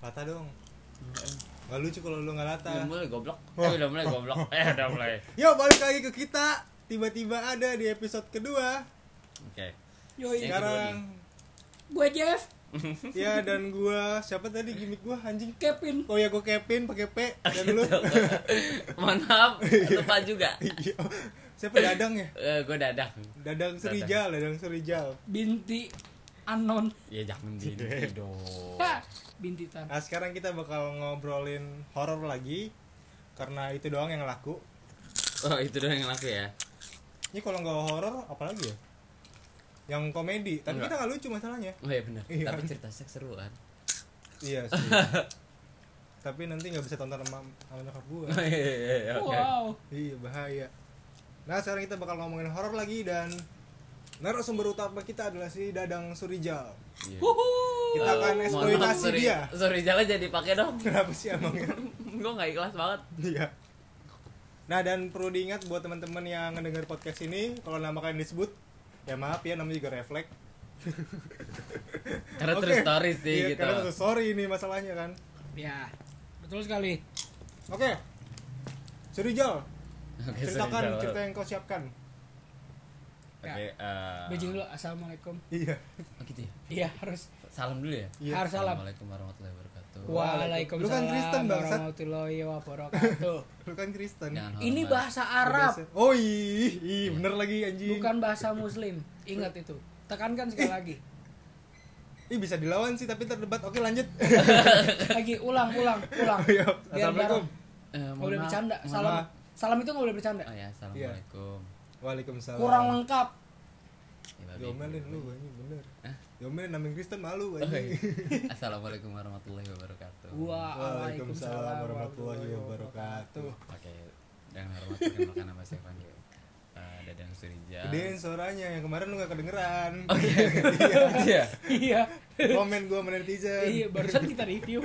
Lata dong. Gak lucu kalau lu gak lata. Udah mulai goblok. Wah. Udah mulai. Yuk balik lagi ke kita. Tiba-tiba ada di episode kedua. Oke. Yoi. Sekarang Gue Jeff, ya dan gua siapa tadi gimmick gua anjing? Kevin. Oh ya gua Kevin pakai P dan lu. Mohon maaf, lupa juga. Iya. Siapa Dadang ya? Gue Dadang. Dadang Serijal. Binti Anon. Ya jangan binti dong. Binti Tan. Nah, sekarang kita bakal ngobrolin horor lagi karena itu doang yang laku. Oh itu doang yang laku ya. Ini kalau nggak horor apalagi ya? Yang komedi, tapi Enggak. kita nggak lucu masalahnya. Oh iya benar. Iya. Tapi cerita seks seru kan. Iya sih. Tapi nanti nggak bisa tonton sama nyokap gua. Oh, iya, oke. Wow. Iya bahaya. Nah sekarang kita bakal ngomongin horor lagi dan narasumber utama kita adalah si Dadang Surijal. Iya. Kita akan Mohon eksploitasi maaf, sorry. dia. Sorry jalan jadi pakai dong. Kenapa sih emangnya? Gue nggak ikhlas banget. Iya. Nah dan perlu diingat buat teman-teman yang ngedenger podcast ini, kalau nama kalian disebut, ya maaf ya namanya juga refleks. Karena Oke. true story sih Iya, gitu. karena true story ini masalahnya kan. Ya, betul sekali. Oke. Surijal, Oke, ceritakan sorry, cerita jawab. yang kau siapkan. Oke. Bejeng dulu. Assalamualaikum. Iya. Oh gitu ya. Iya, harus. Salam dulu ya. Iya. Harus salam. Assalamualaikum warahmatullahi wabarakatuh. Lu kan Waalaikumsalam Kristen, bangsat. warahmatullahi wabarakatuh. Lu kan Kristen. Jangan Ini hormat. bahasa Arab, Oh iya, bener lagi anjing. bukan bahasa Muslim. Ingat itu. Tekankan sekali lagi. Ih bisa dilawan sih tapi terdebat. Oke lanjut. Lagi ulang. Iya. Biar Assalamualaikum. Nggak boleh bercanda. Mohon Salam. maaf. Salam itu nggak boleh bercanda. Oh ya, assalamualaikum. Waalaikumsalam. Kurang lengkap. Ya, babi. Diomelin lu anjing bener. Hah? Diomelin namanya Kristen malu Oh, anjing. iya. Assalamualaikum warahmatullahi wabarakatuh. Waalaikumsalam warahmatullahi wabarakatuh. Oke, dengan hormat perkenalkan nama saya Pandu. Dadang Surijal. Gedein suaranya yang kemarin lu gak kedengeran. Oke. Iya. Iya. Komen gua sama netizen. Iya, barusan kita review.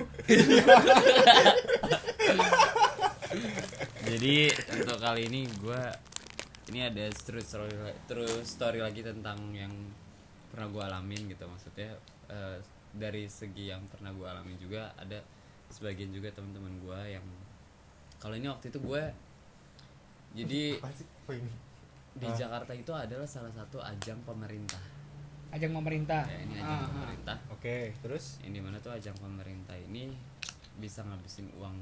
Jadi untuk kali ini ini ada true story lagi tentang yang pernah gue alamin gitu, maksudnya dari segi yang pernah gue alamin juga ada sebagian juga teman-teman gue yang kalau ini waktu itu gue jadi Apa sih? Oh, ini. di Jakarta itu adalah salah satu ajang pemerintah. Ajang pemerintah. Ya, ini ajang pemerintah. Oke, terus Yang dimana tuh ajang pemerintah ini bisa ngabisin uang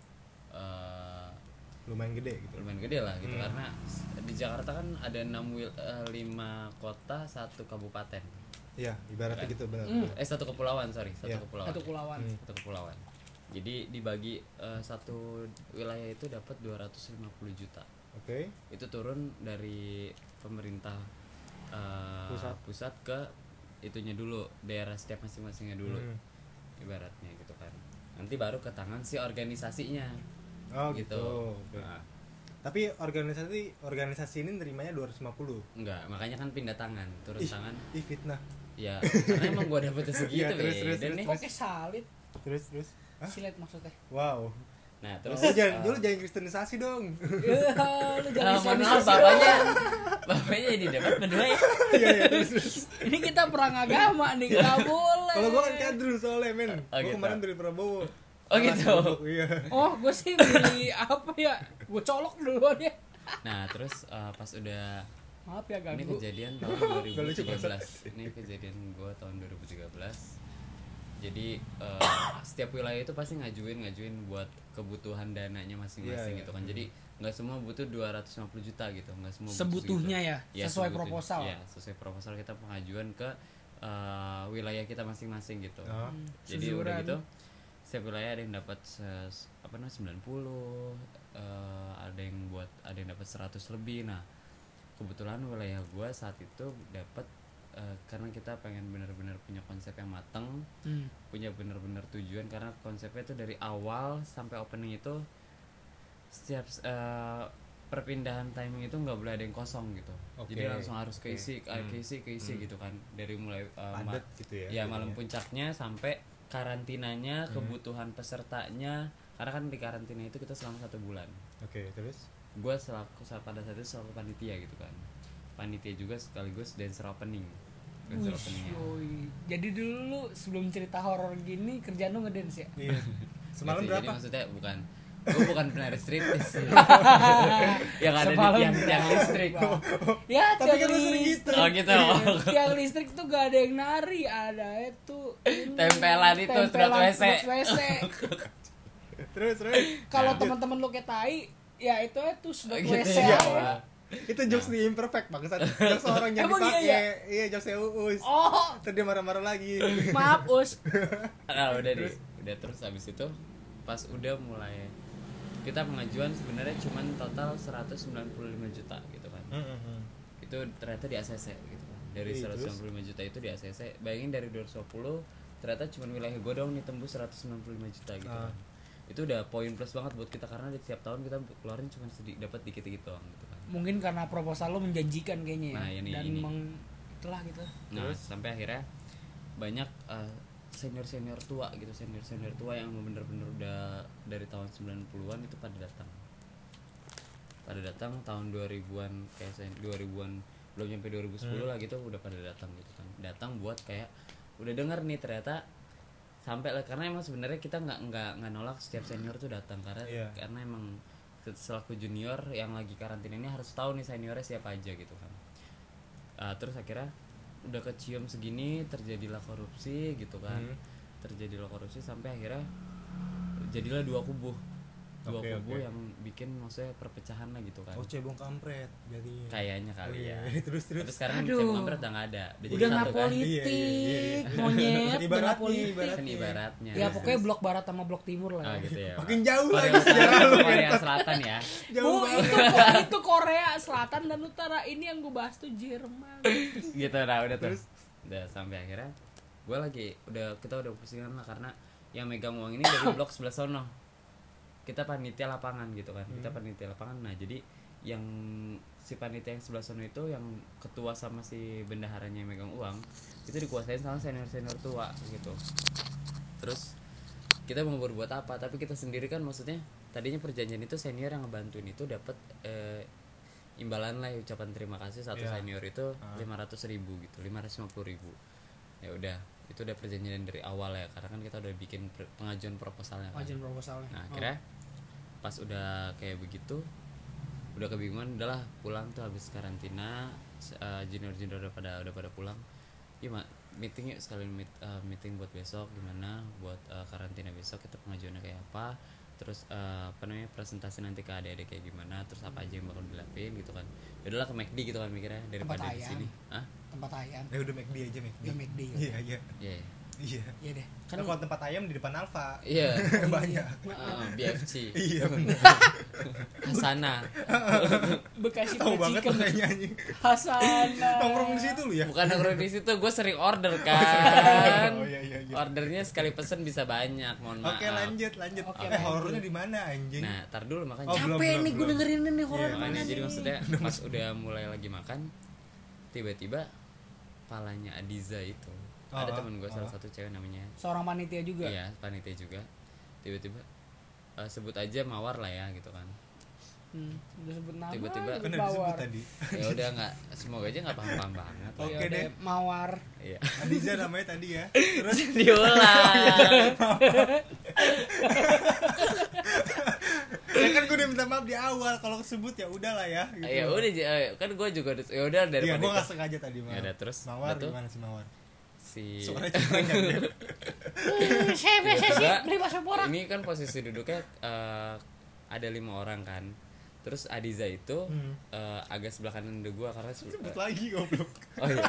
lumayan gede gitu. lumayan gede lah gitu karena di Jakarta kan ada 5 kota 1 kabupaten. Iya, ibaratnya Kan? gitu benar. Satu kepulauan, sorry, satu Iya. kepulauan. Satu kepulauan. Satu kepulauan. Jadi dibagi satu wilayah itu dapat 250 juta. Oke. Itu turun dari pemerintah pusat ke itunya dulu, daerah setiap masing-masingnya dulu. Ibaratnya gitu kan. Nanti baru ke tangan si organisasinya. Oh gitu. Oke. Nah, Tapi organisasi ini nerimanya 250. enggak, makanya kan pindah tangan, turun tangan. Ih fitnah. Ya, karena emang gua dapetnya segitu Iya, terus, beda nih. Kok kayak salib? Terus. Hah? Silet maksudnya. Wow. Nah, Terus terus jangan kristenisasi dong. Lu jangan mohon bisa maaf bapaknya jadi dapat berdua ya. Iya, terus. Ini kita perang agama nih, nggak boleh. Kalau gua kan kadrul soalnya men. Oh, Gua gitu. kemarin dari Prabowo. Oh gitu. Iya. Oh, gue sih beli apa ya? Gue colok duluan ya. Nah, terus pas udah Maaf ya ini ganggu. kejadian tahun Gak lucu, 2013. Ini kejadian gua tahun 2013. Jadi setiap wilayah itu pasti ngajuin buat kebutuhan dananya masing-masing Iya, gitu kan. Jadi nggak semua butuh 250 juta gitu, nggak semua butuh Sebutuhnya segitu. ya, sesuai sebutuhnya. proposal. Ya, sesuai proposal kita pengajuan ke wilayah kita masing-masing gitu. Oh. Jadi udah Susuran. gitu setiap wilayah ada yang dapat 90, ada yang dapat 100 lebih. Nah, kebetulan wilayah gua saat itu dapat karena kita pengen benar-benar punya konsep yang matang, punya benar-benar tujuan karena konsepnya itu dari awal sampai opening itu setiap perpindahan timing itu nggak boleh ada yang kosong gitu. Oke. Jadi langsung harus keisi gitu kan dari mulai Padat gitu ya. ya malam puncaknya sampai karantinanya, kebutuhan pesertanya, karena kan di karantina itu kita selama 1 bulan. Oke, terus Gue pada saat itu selaku panitia gitu kan, panitia juga sekaligus dancer opening. Grand openingnya. Yoi. Jadi dulu lu sebelum cerita horor gini kerjaan lu ngedance ya? Iya. Semalam Nggak sih, berapa? Jadi maksudnya gue bukan penari striptease. Yang ada Semalam di tiang listrik. Ya, Tapi kan tiang lu sering listrik. gitu. Oh gitu. Tiang listrik tuh gak ada yang nari, ada itu ini, Tempelan itu, tempelan sedot WC. sedot WC. Terus. Kalau Nah. teman-teman lu kayak tai, ya itu sedot Gitu WC ya. aja. Itu jokes di imperfect bangsat. Jokes orang yang Emang dipakai. iya, Iya, jokes Uus. Oh, Terus dia marah-marah lagi. maaf Us. Nah, udah deh. Udah terus habis itu pas udah mulai kita pengajuan sebenarnya cuman total 195 juta gitu kan. Itu ternyata di ACC gitu kan. Dari Iya, 195 juta itu di ACC. Bayangin dari 210 ternyata cuman wilayah gue dong nih tembus 195 juta gitu kan. Itu udah poin plus banget buat kita karena di setiap tahun kita keluarin cuma dapat dikit-dikit doang gitu kan. Mungkin karena proposal lo menjanjikan kayaknya ya. Nah, ini. itulah gitu. Nah, sampai akhirnya banyak senior tua gitu, senior tua yang bener-bener udah dari tahun 90-an itu pada datang tahun 2000-an kayak 2000-an belum nyampe 2010 lah gitu udah pada datang gitu kan. Datang buat kayak udah denger nih ternyata sampai lah karena emang sebenarnya kita nggak nolak setiap senior tuh datang karena emang selaku junior yang lagi karantina ini harus tahu nih seniornya siapa aja gitu kan. Terus akhirnya udah kecium segini terjadilah korupsi gitu kan. Terjadilah korupsi sampai akhirnya jadilah dua kubu yang bikin maksudnya perpecahan lah gitu kan. Oh, cebong kampret jadinya. Kayaknya kali ya. Terus. Tapi sekarang Aduh. cebong kampret udah nggak ada. Udah jadi nggak satu kan. politik, Iya. monyet, udah nggak politik. Kan ibaratnya. Ya pokoknya blok barat sama blok timur lah. gitu ya. Makin jauh Korea lagi sejarah Selatan, lu. Korea Selatan ya. Jauh Bu, banget. itu Korea Selatan dan Utara. Ini yang gue bahas tuh Jerman. Gitu nah udah terus. Udah sampai akhirnya kita udah pusingan lah karena yang megang uang ini dari blok sebelah sono. Kita panitia lapangan gitu kan. Kita panitia lapangan. Nah, jadi yang si panitia yang sebelah sono itu yang ketua sama si bendaharanya yang megang uang itu dikuasain sama senior tua gitu. Terus kita mau berbuat apa? Tapi kita sendiri kan maksudnya tadinya perjanjian itu senior yang ngebantuin itu dapat imbalan lah ucapan terima kasih satu senior itu 500.000 gitu, 550.000. Ya udah, itu udah perjanjian dari awal ya karena kan kita udah bikin pengajuan proposalnya kan. Nah, akhirnya pas udah kayak begitu udah kebingungan udahlah pulang tuh habis karantina junior udah pada pulang. Gimana meeting yuk sekalian meeting buat besok gimana buat karantina besok kita pengajuannya kayak apa terus presentasi nanti ke adik-adik kayak gimana terus apa aja yang bakal dilakuin gitu kan. Ya udahlah ke McD gitu kan mikirnya daripada di sini. Tempat ayam. Ya udah McD aja McD. Ya McD. Iya. Iya deh. Kan kalau tempat ayam di depan Alfa. Iya. Banyak. BFC. Iya benar. Hasana. Bekasi Tahu banget Chicken. kayaknya anjing. Hasana. Nongkrong di situ lu ya? Bukan nongkrong di situ, gue sering order kan. Oh iya. Ordernya sekali pesen bisa banyak, mohon maaf. Oke, lanjut. Oke, Horornya di mana anjing? Nah, tar dulu makanya. Oh, Capek nih gue dengerin nih horor Makanya mana jadi nih. maksudnya pas udah mulai lagi makan, tiba-tiba palanya Adiza itu. Ada temen gue salah satu cewek namanya. Seorang panitia juga. Iya, panitia juga. Tiba-tiba sebut aja Mawar lah ya gitu kan. Udah sebut nama. Tiba-tiba Kan udah disebut tadi. Ya udah nggak, semoga aja nggak paham-paham banget. Oke Ya udah, deh. Mawar. Iya. Adiza namanya tadi ya. Terus Diulang. ya kan gue udah minta maaf di awal kalau kesebut ya udahlah ya. Gitu. Ya udah kan gue juga ya udah Iya, daripada gue nggak sengaja tadi maaf. Ya udah, terus Mawar udah tuh. gimana sih Mawar? si Suaranya banyak deh. Saya biasa sih Juga, beli bakso borak. ini kan posisi duduknya ada 5 orang kan. Terus Adiza itu agak sebelah kanan dari gua karena Sebut lagi goblok. oh iya.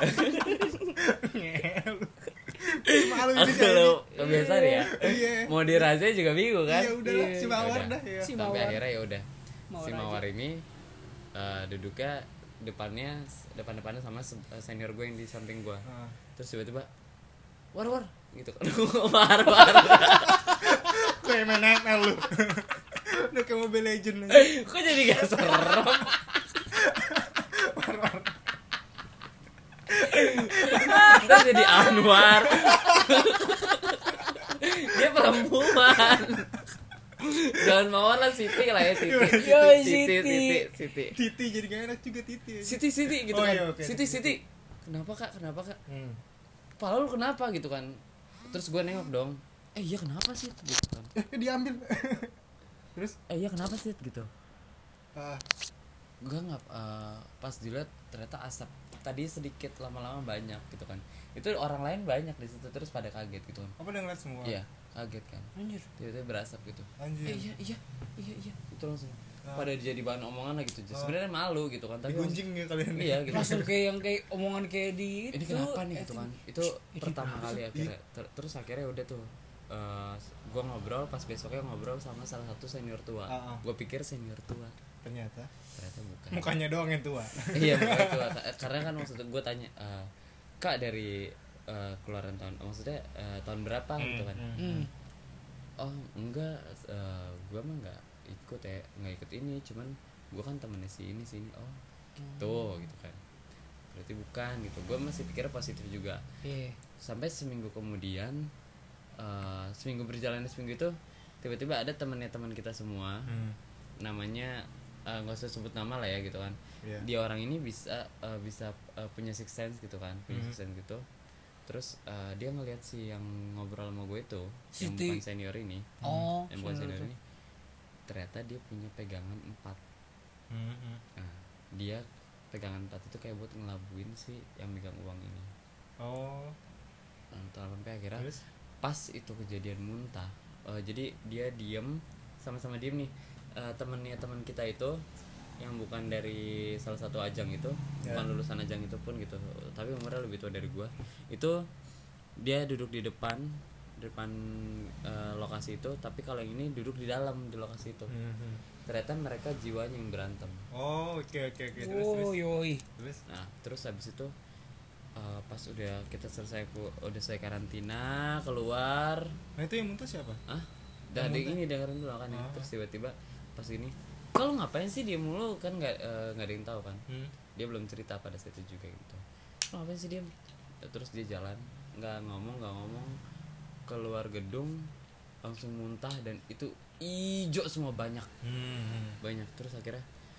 Malu Aku ini lu kebiasaan ya. Iya. Mau dirasain juga bingung kan. Iya udah si Mawar dah ya. Si Sampai Mawar. akhirnya ya udah. Mawar Si aja. Mawar ini duduknya depan-depannya sama senior gue yang di samping gua. Terus tiba-tiba war gitu kan. war Kayak main ML lu. Udah kayak Mobile Legend aja. kok jadi gak serem. Terus jadi Anwar. Dia perempuan. Jangan Mawar lah, Siti lah ya, Siti. Yoi, Siti. Titi jadi gak enak juga Titi. Siti gitu Oh, kan. iya, oke. Siti. kenapa kak kepala lu kenapa gitu kan. Terus gue nengok dong, iya kenapa sih gitu kan. Diambil. Terus Iya kenapa sih gitu. ah, Gue nggak pas dilihat ternyata asap tadi sedikit, lama-lama banyak gitu kan. Itu orang lain banyak di situ, terus pada kaget gitu kan. apa udah ngeliat semua? Iya kaget kan, Anjir. tiba-tiba berasap gitu. Anjir. Iya itu langsung pada jadi bahan omongan lah gitu. Sebenarnya malu gitu kan, tapi Digunjing ya kalian. iya gitu. Langsung kayak yang kayak omongan kayak di Ini itu. kenapa nih gitu kan. Itu pertama kali akhirnya. Terus akhirnya udah tuh gue ngobrol, pas besoknya ngobrol sama salah satu senior tua. Gue pikir senior tua, Ternyata bukan. mukanya doang yang tua. Iya mukanya tua. Karena kan maksudnya gue tanya, kak dari keluaran tahun, maksudnya tahun berapa gitu kan. Oh enggak, gue mah nggak ikut ya, nggak ikut ini, cuman gue kan temennya si ini. Oh gitu kan, berarti bukan gitu. Gue masih pikir positif juga. Sampai seminggu kemudian, seminggu berjalan seminggu itu tiba-tiba ada teman kita semua, namanya nggak usah sebut nama lah ya gitu kan. Dia orang ini bisa punya sixth sense gitu kan, punya sixth sense gitu. Terus dia ngelihat si yang ngobrol sama gue itu, yang bukan senior ini, yang bukan senior ini, ternyata dia punya pegangan 4. Nah, dia pegangan 4 itu kayak buat ngelabuin si yang megang uang ini. Sampai akhirnya terus? Pas itu kejadian muntah, jadi dia diem, sama-sama diem nih, teman kita itu yang bukan dari salah satu ajang itu, bukan lulusan ajang itu pun gitu, tapi umurnya lebih tua dari gua. Itu dia duduk di depan lokasi itu, tapi kalau yang ini duduk di dalam di lokasi itu. Ternyata mereka jiwanya yang berantem. Oke. Terus Nah terus habis itu pas udah kita selesai karantina, keluar. nah itu yang muntah siapa? Udah ada ini dengerin dulu kan ya. Terus tiba-tiba pas ini, kalau ngapain sih dia mulu kan, nggak ada yang tahu kan. Dia belum cerita pada saat itu juga gitu. Lo ngapain sih dia? Terus dia jalan, nggak ngomong, keluar gedung langsung muntah, dan itu ijo semua banyak. Terus akhirnya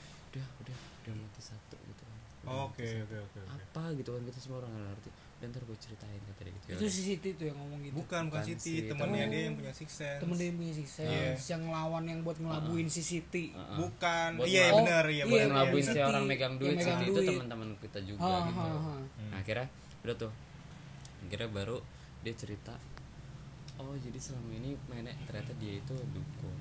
udah mati satu gitu kan. Oke. Apa gitu kan, kita semua orang nggak ngerti. Dan ntar gue ceritain kata dia gitu. Itu si Siti tuh yang ngomong gitu. Bukan Siti, temennya dia yang punya sixth sense. Temen dia yang punya sixth sense, yang ngelawan yang buat ngelabuin si Siti. Bukan. Buat Iya benar, buat ngelabuin Siti. si orang megang duit. Yang megang Siti itu duit. teman-teman kita juga gitu. Nah akhirnya udah tuh, akhirnya baru dia cerita, oh jadi selama ini mainnya ternyata dia itu dukun.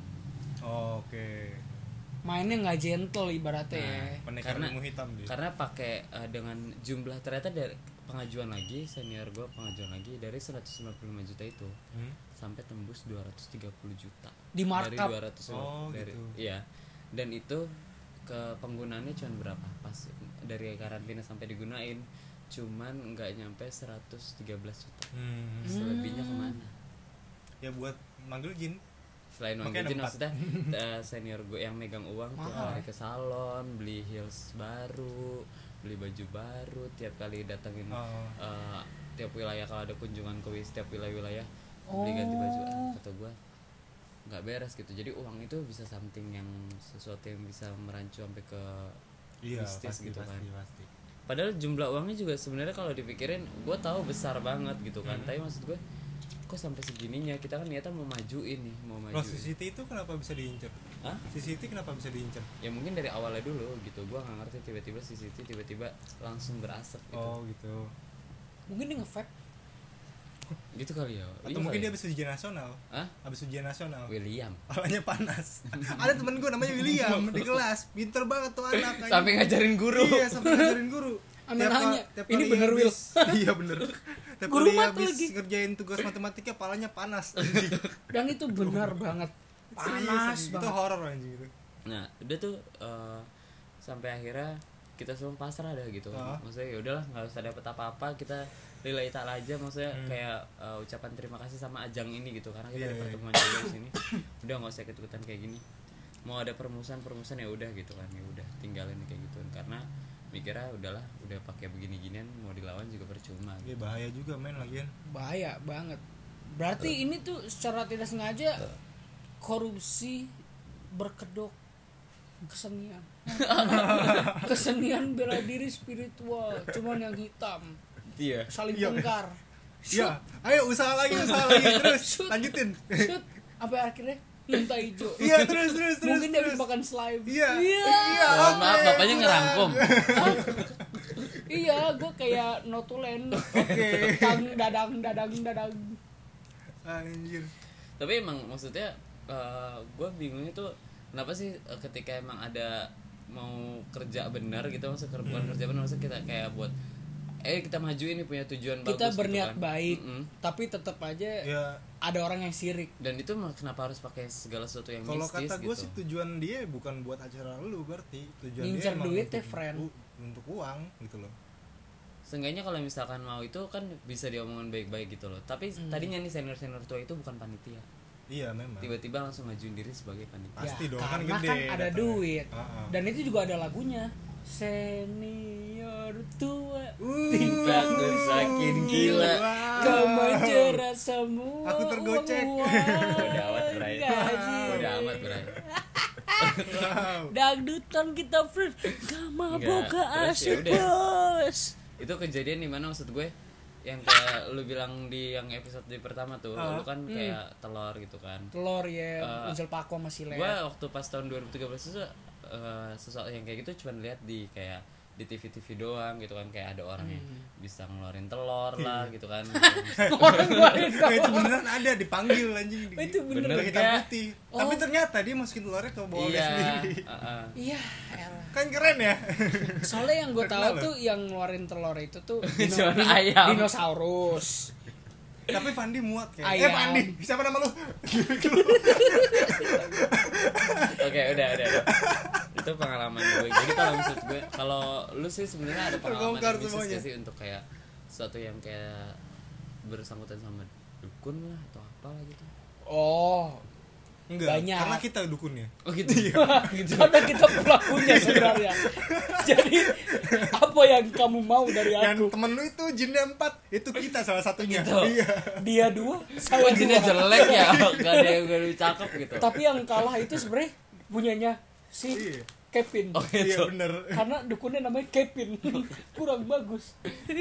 Oke. Mainnya nggak gentle ibaratnya. Pendekar ilmu hitam dia. Karena pakai dengan jumlah, ternyata dari pengajuan lagi, senior gue pengajuan lagi dari 195 juta itu sampai tembus 230 juta Di markup. dari 200 dari gitu. iya. Dan itu ke penggunaannya cuman berapa, pas dari karantina sampai digunain cuman nggak nyampe 113 juta. Selebihnya kemana? Ya buat manggil jin. Selain uang Makanya gaji ada maksudnya senior gue yang megang uang tuh lari ke salon, beli heels baru, beli baju baru, tiap kali datengin tiap wilayah, kalau ada kunjungan ke setiap wilayah beli ganti baju. Kata gue nggak beres gitu. Jadi uang itu bisa something yang sesuatu yang bisa merancu sampai ke bisnis gitu kan. Pasti. Padahal jumlah uangnya juga sebenarnya kalau dipikirin gue tahu besar banget gitu kan. Tapi maksud gue kok sampai segininya, kita kan niatnya mau majuin. Loh, si Siti itu kenapa bisa diincer? Si Siti kenapa bisa diincer? Ya mungkin dari awalnya dulu gitu, gua nggak ngerti, tiba-tiba si Siti tiba-tiba langsung berasap gitu. Gitu. Mungkin dia nge-vape. Gitu kali ya. Atau mungkin dia habis ujian nasional. Hah? Habis ujian nasional. William. Palanya panas. Ada temen gue namanya William di kelas, pinter banget tuh anak. Sampai ngajarin guru. Iya, sampai ngajarin guru. Nanya, ini kali bener Will? Iya bener. Tiap Guru kali mat habis lagi. ngerjain tugas matematika palanya panas. Dan itu benar banget. Panas Serius, banget. itu horor anjing itu. Nah udah tuh sampai akhirnya kita semua pasrah dah gitu. Maksudnya ya udahlah, nggak usah dapet apa-apa, kita lillahi ta'ala aja. Maksudnya kayak ucapan terima kasih sama ajang ini gitu, karena kita ada pertemuan juga di sini. Udah nggak usah ikut-ikutan kayak gini. Mau ada permusuhan ya udah gitu kan, ya udah tinggalin kayak gitu. Karena mikirnya udahlah, udah pakai begini-ginian mau dilawan juga percuma Iya, gitu. bahaya juga men lagian. Bahaya banget. Berarti ini tuh secara tidak sengaja korupsi berkedok kesenian bela diri spiritual, cuman yang hitam, Iya. saling Iya. tengkar. Iya, ayo usaha lagi terus Shoot. lanjutin. Shoot, sampai akhirnya minta hijau. Iya, terus. Mungkin dia habis terus. makan slime. Iya. Mohon maaf, oke, bapaknya kurang. ngerangkum. Iya, gue kayak notulen. Oke. dadang. Anjir. Tapi emang maksudnya gue bingungnya tuh kenapa sih ketika emang ada mau kerja benar gitu, maksudnya bukan kerja benar, maksudnya kita kayak buat kita majuin nih punya tujuan bagus Kita berniat gitu kan. baik, tapi tetap aja Ya, ada orang yang sirik. Dan itu kenapa harus pakai segala sesuatu yang kalau mistis kata gue gitu. sih tujuan dia bukan buat acara lu, berarti tujuan Ngincer dia emang duit ya, untuk- friend. untuk uang gitu loh. Seenggaknya kalau misalkan mau itu kan bisa diomongin baik-baik gitu loh. Tapi tadinya nih senior tua itu bukan panitia. Iya memang. Tiba-tiba langsung majuin diri sebagai panitia. Pasti Ya, dong, kan karena gede kan ada datangnya. duit. Heeh. Dan itu juga ada lagunya. Senior tua Tidak saking gila. kau menjerat semua Aku tergocek. uang Udah amat Bray. gaji. Udah amat Bray. Wow. Dangdutan kita friend gak mabok Enggak, terus asik ya udah. bos. Itu kejadian di mana maksud gue yang kayak lu bilang di yang episode di pertama tuh, lu kan kayak telur gitu kan. Telur ya, unsur paku sama silet. Gue waktu pas tahun 2013 itu sesuatu yang kayak gitu cuma lihat di kayak di TV doang gitu kan, kayak ada orang yang bisa ngeluarin telur lah gitu kan. Orang lain Nah, itu beneran ada dipanggil anjing di, Itu bener di hitam nggak? putih. Oh. Tapi ternyata dia masukin telurnya ke bawah Iya. sendiri. Iya, elah. Kan keren ya. Soalnya yang gue tahu Terkenal tuh yang ngeluarin telur itu tuh Cuman ayam. dinosaurus. Tapi Fandi muat kayak. Ayam. Fandi, siapa nama lu? Oke, udah. Itu pengalaman gue. Jadi kalau maksud gue, kalau lu sih sebenarnya ada pengalaman Terbongkar yang bisnis semuanya. gak sih untuk kayak sesuatu yang kayak bersangkutan sama dukun lah atau apalah gitu. Oh, Enggak, Banyak. karena kita dukunnya. Oh gitu. Gitu. karena kita pelakunya sebenarnya. Jadi apa yang kamu mau dari Yang aku? temen lu itu jinnya 4, itu kita salah satunya. Gitu. Iya. Dia 2, saya Wajahnya 2. jelek ya, gak ada yang gak cakep gitu. Tapi yang kalah itu sebenarnya punyanya si Iya. Kevin. Oh Iya gitu. bener. Karena dukunnya namanya Kevin. Kurang bagus.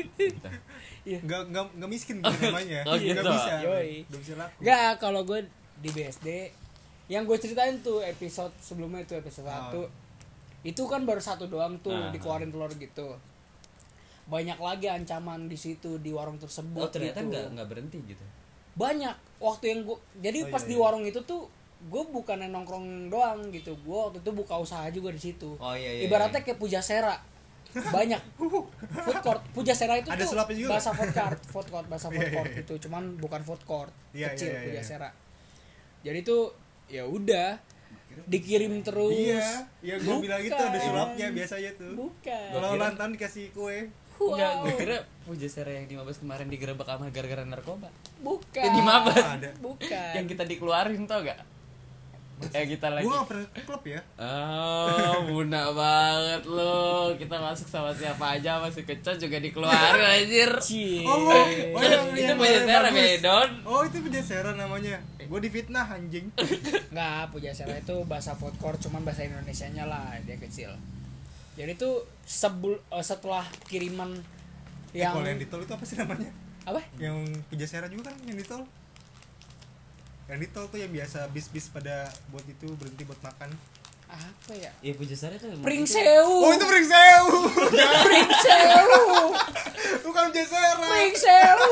Iya. Enggak miskin gitu namanya. Oh, gitu. Enggak bisa. Yoi. Enggak bisa laku. Gak, kalau gue di BSD yang gue ceritain tuh episode sebelumnya itu episode 1 itu kan baru 1 doang tuh dikeluarin telur gitu. Banyak lagi ancaman di situ di warung tersebut. Oh ternyata gitu. nggak berhenti gitu. Banyak waktu yang gue jadi Oh, pas iya, di iya. warung itu tuh gue bukan nongkrong doang gitu. Gue waktu itu buka usaha juga di situ. Oh iya. Ibaratnya kayak Pujasera. Banyak food court. Pujasera itu Ada tuh sulapnya juga bahasa food court bahasa food court itu, cuman bukan food court. Iya, Kecil iya, iya, Pujasera. Jadi tuh ya udah dikirim terus. Iya, ya gue bilang gitu ada Bukan. sulapnya biasanya tuh. Bukan. Kalau ulang tahun dikasih kue. Enggak, Wow. gue kira Pujasera yang di Mabes kemarin digerebek sama gara-gara narkoba. Bukan. Yang di Mabes. Ada. Bukan. Yang kita dikeluarin tau gak? Kita lagi. Gue gak pernah ke klub ya. Oh, bunak banget lo. Kita masuk sama siapa aja masih kecil juga dikeluarin anjir. Cie. Itu Pujasera Medon. Oh itu Pujasera namanya. Gue difitnah anjing. Nggak, Pujasera itu bahasa food court, cuman bahasa Indonesianya lah dia kecil. Jadi tuh setelah kiriman yang Kalau yang di tol itu apa sih namanya? apa? Yang Pujasera juga kan yang di tol. Yang di tol tuh yang biasa bis-bis pada buat itu berhenti buat makan. Apa ya? Ya Pujasera itu Pringseu. Oh itu Pringseu. Pringseu. Bukan Pujasera. Pringseu.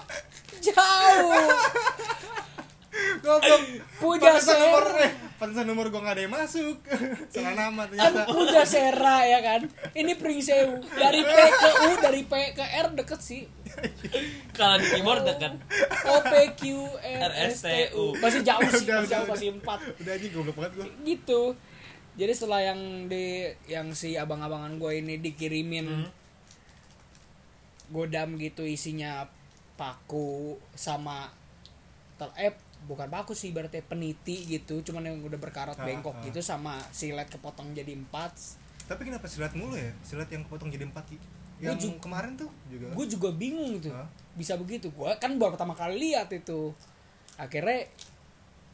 Jauh. Goblok. Pujasera. Pantesan nomor gue gak ada yang masuk. Salah nama Kan ternyata. Pujasera ya kan. Ini Pringseu. Dari P ke U, dari P ke R deket sih. kalau di keyboard dekat. O P Q R S T U. Masih jauh sih, Udah, masih jauh, udah. masih 4. Udah anjing goblok banget gue. Gitu. Jadi setelah yang si abang-abangan gue ini dikirimin godam gitu isinya paku sama bukan paku sih berarti peniti gitu, cuman yang udah berkarat bengkok gitu, sama silet kepotong jadi 4. Tapi kenapa silat mulu ya? Silat yang kepotong jadi 4 yang kemarin tuh juga. Gue juga bingung tuh. Hah? Bisa begitu. Gue kan baru pertama kali lihat itu. Akhirnya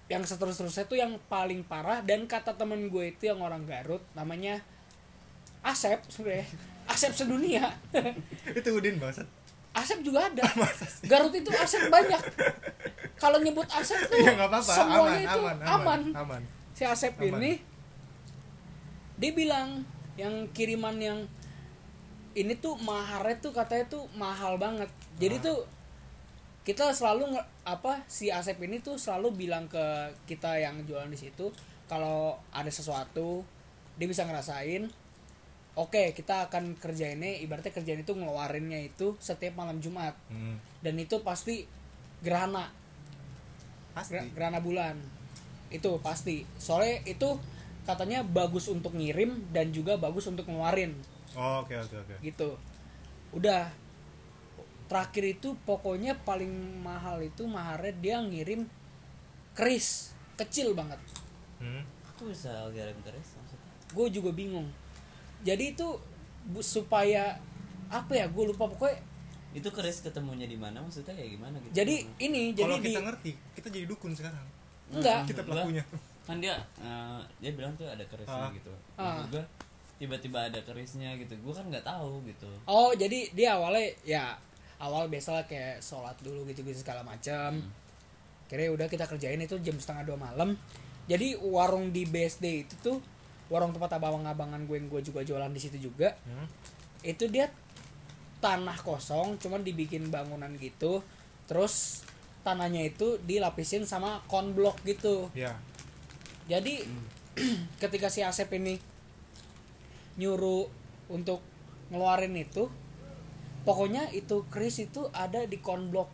yang seterus-terusnya tuh yang paling parah, dan kata temen gue itu yang orang Garut namanya Asep sebenarnya. Asep sedunia. Itu Udin banget. Asep juga ada. Garut itu Asep banyak. Kalau nyebut Asep tuh Ya enggak apa-apa, semuanya itu aman. Si Asep Aman. ini dia bilang yang kiriman yang ini tuh maharnya tuh katanya tuh mahal banget. Jadi tuh kita selalu si Asep ini tuh selalu bilang ke kita yang jualan di situ kalau ada sesuatu dia bisa ngerasain. Oke, kita akan kerjainnya, ibaratnya kerjaan itu ngeluarinnya itu setiap malam Jumat. Dan itu pasti gerhana. Pasti. Gerhana bulan. Itu pasti. Soalnya itu katanya bagus untuk ngirim dan juga bagus untuk ngeluarin. Oh, oke. Gitu. Udah. Terakhir itu pokoknya paling mahal itu maharnya dia ngirim keris kecil banget. Aku bisa kirim keris maksudnya. Gue juga bingung. Jadi itu supaya apa ya, gue lupa pokoknya. Itu keris ketemunya di mana maksudnya kayak gimana gitu. Jadi ini Kalau jadi kita ngerti, kita jadi dukun sekarang. enggak. Kita pelakunya. Kan dia bilang tuh ada kerisnya gitu. Maksud gue tiba-tiba ada kerisnya gitu. Gue kan nggak tahu gitu. Oh, jadi dia awalnya ya awal biasalah kayak sholat dulu gitu-gitu segala macam. Kira udah kita kerjain itu jam 1:30 malam. Jadi warung di BSD itu tuh warung tempat abang-abangan gue yang gue juga jualan di situ juga. Itu dia tanah kosong, cuman dibikin bangunan gitu. Terus tanahnya itu dilapisin sama konblok gitu. Iya. Jadi ketika si Asep ini nyuruh untuk ngeluarin itu, pokoknya itu keris itu ada di konblok.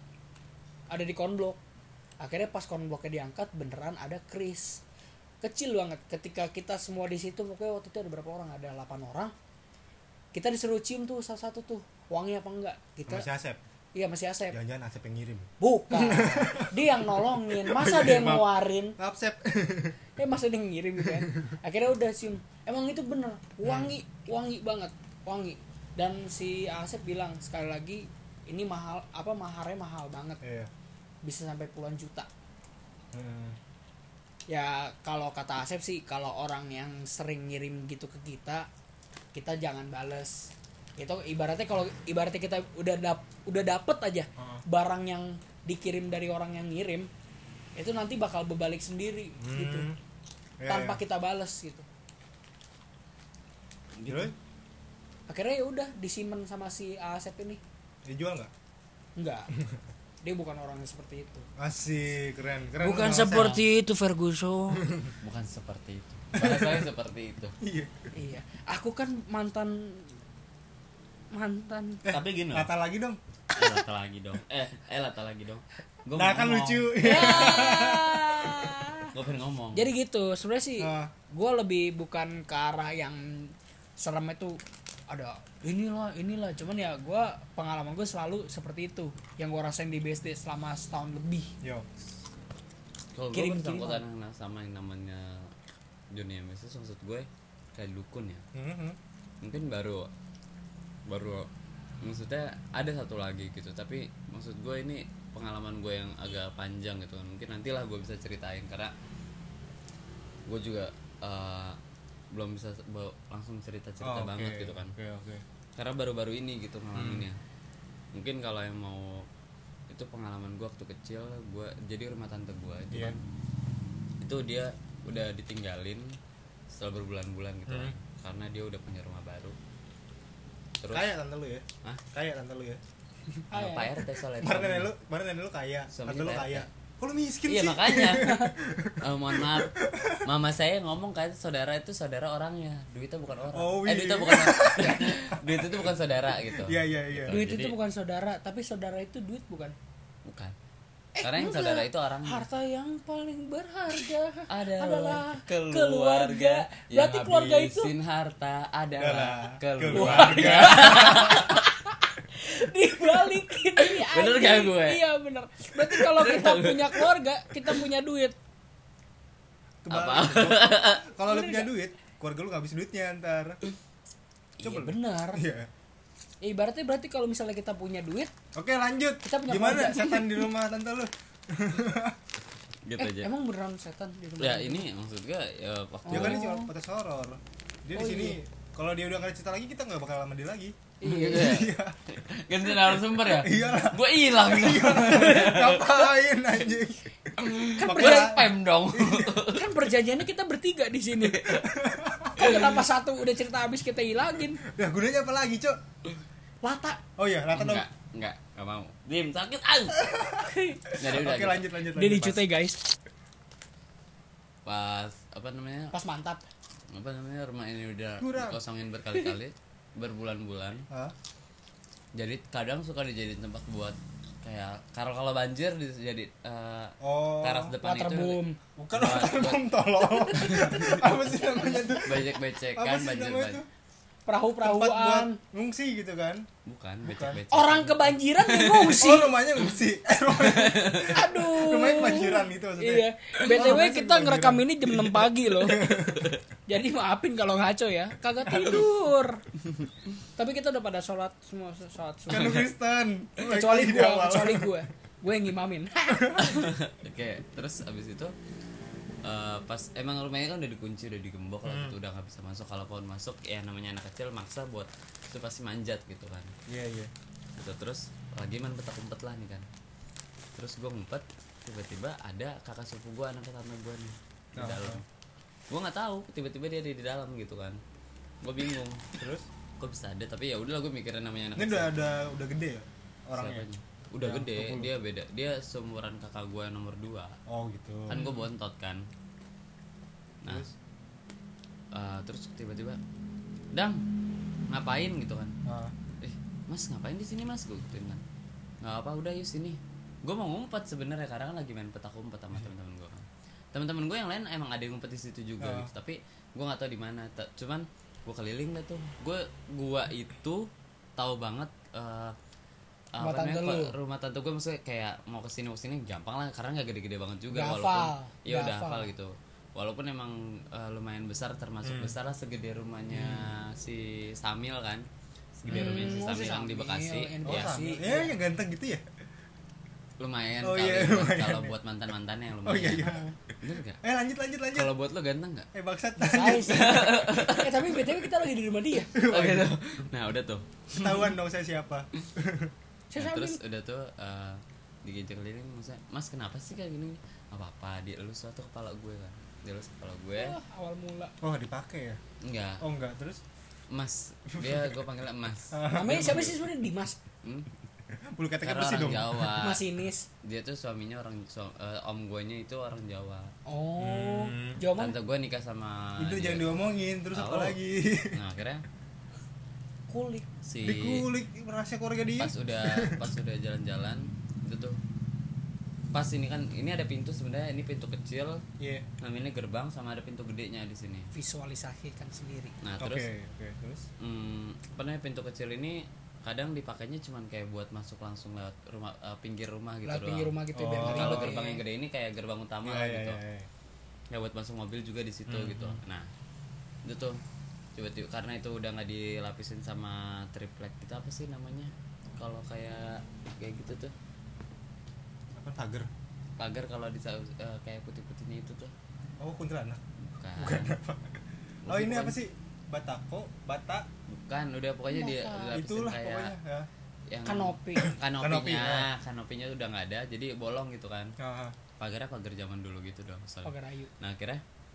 Akhirnya pas konbloknya diangkat beneran ada keris kecil banget. Ketika kita semua di situ, pokoknya waktu itu ada berapa orang, ada 8 orang. Kita disuruh cium tuh satu-satu tuh wangi apa enggak. Kita Masih Asep. Iya, masih Asep. Jangan-jangan Asep yang ngirim. Bukan. Dia yang nolongin. Masa dia yang ngeluarin? Maaf, Sep. Masa dia ngirim gitu kan. Akhirnya udah cium. Emang itu bener. Wangi banget. Wangi. Dan si Asep bilang sekali lagi, ini mahal, maharnya mahal banget. Iya. Bisa sampai puluhan juta. Ya kalau kata Asep sih, kalau orang yang sering ngirim gitu ke kita jangan bales. Itu ibaratnya kita udah dapet aja barang yang dikirim dari orang yang ngirim, itu nanti bakal berbalik sendiri gitu. Tanpa kita bales gitu. Akhirnya ya udah disimpan sama si Asep ini. Dijual nggak? Enggak. Dia bukan orang yang seperti itu. Asik, keren. Bukan seperti itu, Ferguson. Bukan seperti itu. Bahasanya seperti itu. Iya. Aku kan mantan. Tapi gini. Lata lagi dong. Lata lagi dong. Nah, kan lucu. Gue pengen ngomong. Jadi gitu, sebenarnya sih gue lebih bukan ke arah yang serem itu ada inilah. Cuman ya gue pengalaman gue selalu seperti itu yang gue rasain di BSD selama setahun lebih. Yo. Kalau gue bersangkutan sama yang namanya dunia bisnis, maksud gue kayak dukun ya. Mungkin baru maksudnya ada satu lagi gitu, tapi maksud gue ini pengalaman gue yang agak panjang gitu kan. Mungkin nantilah gue bisa ceritain karena gue juga belum bisa langsung cerita banget gitu kan. Karena baru-baru ini gitu ngalaminnya. Mungkin kalau yang mau itu pengalaman gue waktu kecil, gue jadi rumah tante gue itu kan. Itu dia udah ditinggalin setelah berbulan-bulan gitu kan. Karena dia udah punya rumah baru. Terus Kaya tante lu ya? Hah? Kaya tante lu ya? Pak RT soalnya. Kemarin nenek lu kaya, tante lu kaya. Kok lu miskin Iya sih? makanya. Mohon maaf. Mama saya ngomong kan saudara itu saudara orangnya, duitnya bukan orang. Duitnya bukan duit itu bukan saudara gitu. Iya. Duit itu bukan saudara, tapi saudara itu duit bukan? Bukan. Karena yang saudara itu orang. Harta yang paling berharga adalah keluarga. Yang berarti keluarga itu habisin harta adalah keluarga. Dibalikin ini. Bener gak gue? Iya bener. Berarti kalau kita punya keluarga, kita punya duit. Apa? Kalau lu punya duit, keluarga lu ngabisin duitnya ntar. Iya benar. Iya. Ibaratnya berarti kalau misalnya kita punya duit. Oke, lanjut. Kita punya gimana keluarga. setan di rumah tante lu? Gitu aja. Emang beneran setan di rumah? Ya ini maksud gue ya waktu Dia kan ini cuma podcast horor. Dia di sini iya. kalau dia udah nggak cerita lagi kita nggak bakal lama dia lagi. Iya. Ganti narasumber ya? Iyalah. Gue hilang. Ngapain anjing? Kan Gue spam dong. Kan perjanjiannya kita bertiga di sini. Kan kenapa satu udah cerita habis kita hilangin? Nah, gunanya apa lagi, Cok? Lata. Oh iya, Rata dong. Enggak mau. Dim sakit ah. Jadi udah. Oke, lanjut. Dia dicutai guys. Pas apa namanya? Pas mantap. Apa namanya? Rumah ini udah Kurang. dikosongin berkali-kali, berbulan-bulan. Hah? Jadi kadang suka dijadiin tempat buat kayak kalau banjir jadi Oh, teras depan itu Waterboom. bukan waterboom tolong. Apa sih namanya tuh? Apa becek-becekan sih banjir namanya tuh? Tempat buat Perahu-perahuan. ngungsi gitu kan? bukan becek-becek. Orang kebanjiran ya ngungsi. Oh, rumahnya ngungsi. Aduh. Rumahnya kebanjiran gitu maksudnya. Iya. BTW rumahnya kita kebanjiran. ngerekam ini jam 6 pagi loh. Jadi maafin kalau ngaco ya. Kagak tidur. Tapi kita udah pada sholat semua, sholat Kan semua. lu Kristen. Kecuali gue. Gue yang ngimamin. Oke, terus abis itu pas emang rumahnya kan udah dikunci, udah digembok lah gitu, udah nggak bisa masuk. Kalaupun masuk ya namanya anak kecil maksa buat itu pasti manjat gitu kan. Iya. Gitu, terus lagi main petak umpet lah nih kan. Terus gue ngumpet, tiba-tiba ada kakak sepupu gue, anak tante gue nih di dalam. Gue nggak tahu, tiba-tiba dia ada di dalam gitu kan. Gue bingung. Terus kok bisa ada? Tapi ya udahlah, gue mikirin namanya anak Ini kecil. udah gede ya orangnya. Siapanya? Udah Yang gede, 20. dia beda. Dia seumuran kakak gue yang nomor 2. Oh gitu. Kan gue bontot kan. Nah, terus tiba-tiba, Dang, ngapain gitu kan? Mas ngapain di sini mas? Gue gituin kan. Nggak apa, udah yuk sini. Gue mau ngumpet sebenarnya karena kan lagi main petak umpet sama teman-teman gue kan. Teman-teman gue yang lain emang ada yang ngumpet di situ juga gitu. Tapi gue nggak tahu di mana. Cuman gue keliling lah tuh. Gue itu tahu banget rumah tante gue, maksudnya kayak mau kesini gampang lah karena nggak gede-gede banget juga. Walaupun udah hafal gitu. Walaupun emang lumayan besar, termasuk besar lah segede rumahnya si Samil kan. Segede rumahnya si Samil yang di Bekasi. Yang ganteng gitu ya? Lumayan lumayan. kalau buat mantan-mantannya yang lumayan. Oh iya. Bener gak? Lanjut. Kalau buat lo ganteng gak? Bangsat. Tapi BTW kita lagi di rumah dia. Oh gitu. Nah udah tuh. Ketahuan dong saya siapa. Nah, terus udah tuh diginjek keliling, maksudnya, Mas kenapa sih kayak gini? Apa-apa, dielus lah tuh kepala gue kan. Dielus kepala gue. Awal mula. Oh dipakai ya? Enggak. Oh enggak, terus? Mas, dia gue panggilnya Mas. Namanya siapa sih sebenarnya? Dimas. Bulu keteknya Karena bersih orang dong. Jawa. Masinis. Dia tuh suaminya om guenya itu orang Jawa. Oh, Jawa mana? Tante gue nikah sama Itu dia. jangan diomongin, terus apa Oh. lagi? Nah akhirnya Kulik. Dikulik rahasia keluarga dia. pas udah jalan-jalan itu tuh pas ini ada pintu, sebenarnya ini pintu kecil, Iya. namanya gerbang, sama ada pintu gedenya di sini. Visualisasikan sendiri. Nah terus Oke, terus apa namanya, pintu kecil ini kadang dipakainya cuman kayak buat masuk langsung lewat rumah, pinggir rumah gitu Lewat pinggir doang. rumah gitu biar nggak Kalau ribet. gerbang yang gede ini kayak gerbang utama lah gitu. Ya buat masuk mobil juga di situ gitu. Nah itu tuh tiba-tiba karena itu udah nggak dilapisin sama triplek gitu, apa sih namanya kalau kayak gitu tuh, apa pagar? pagar kalau di kayak putih-putihnya itu tuh. Oh kuntilanak. Bukan apa? Oh ini apa sih? Batako, bata. Bukan, udah pokoknya dia dilapisin Itulah kayak pokoknya ya. yang Kanopi. kanopinya udah nggak ada, jadi bolong gitu kan. Pagarnya pagar zaman dulu gitu dong. Pagar ayu. Nah akhirnya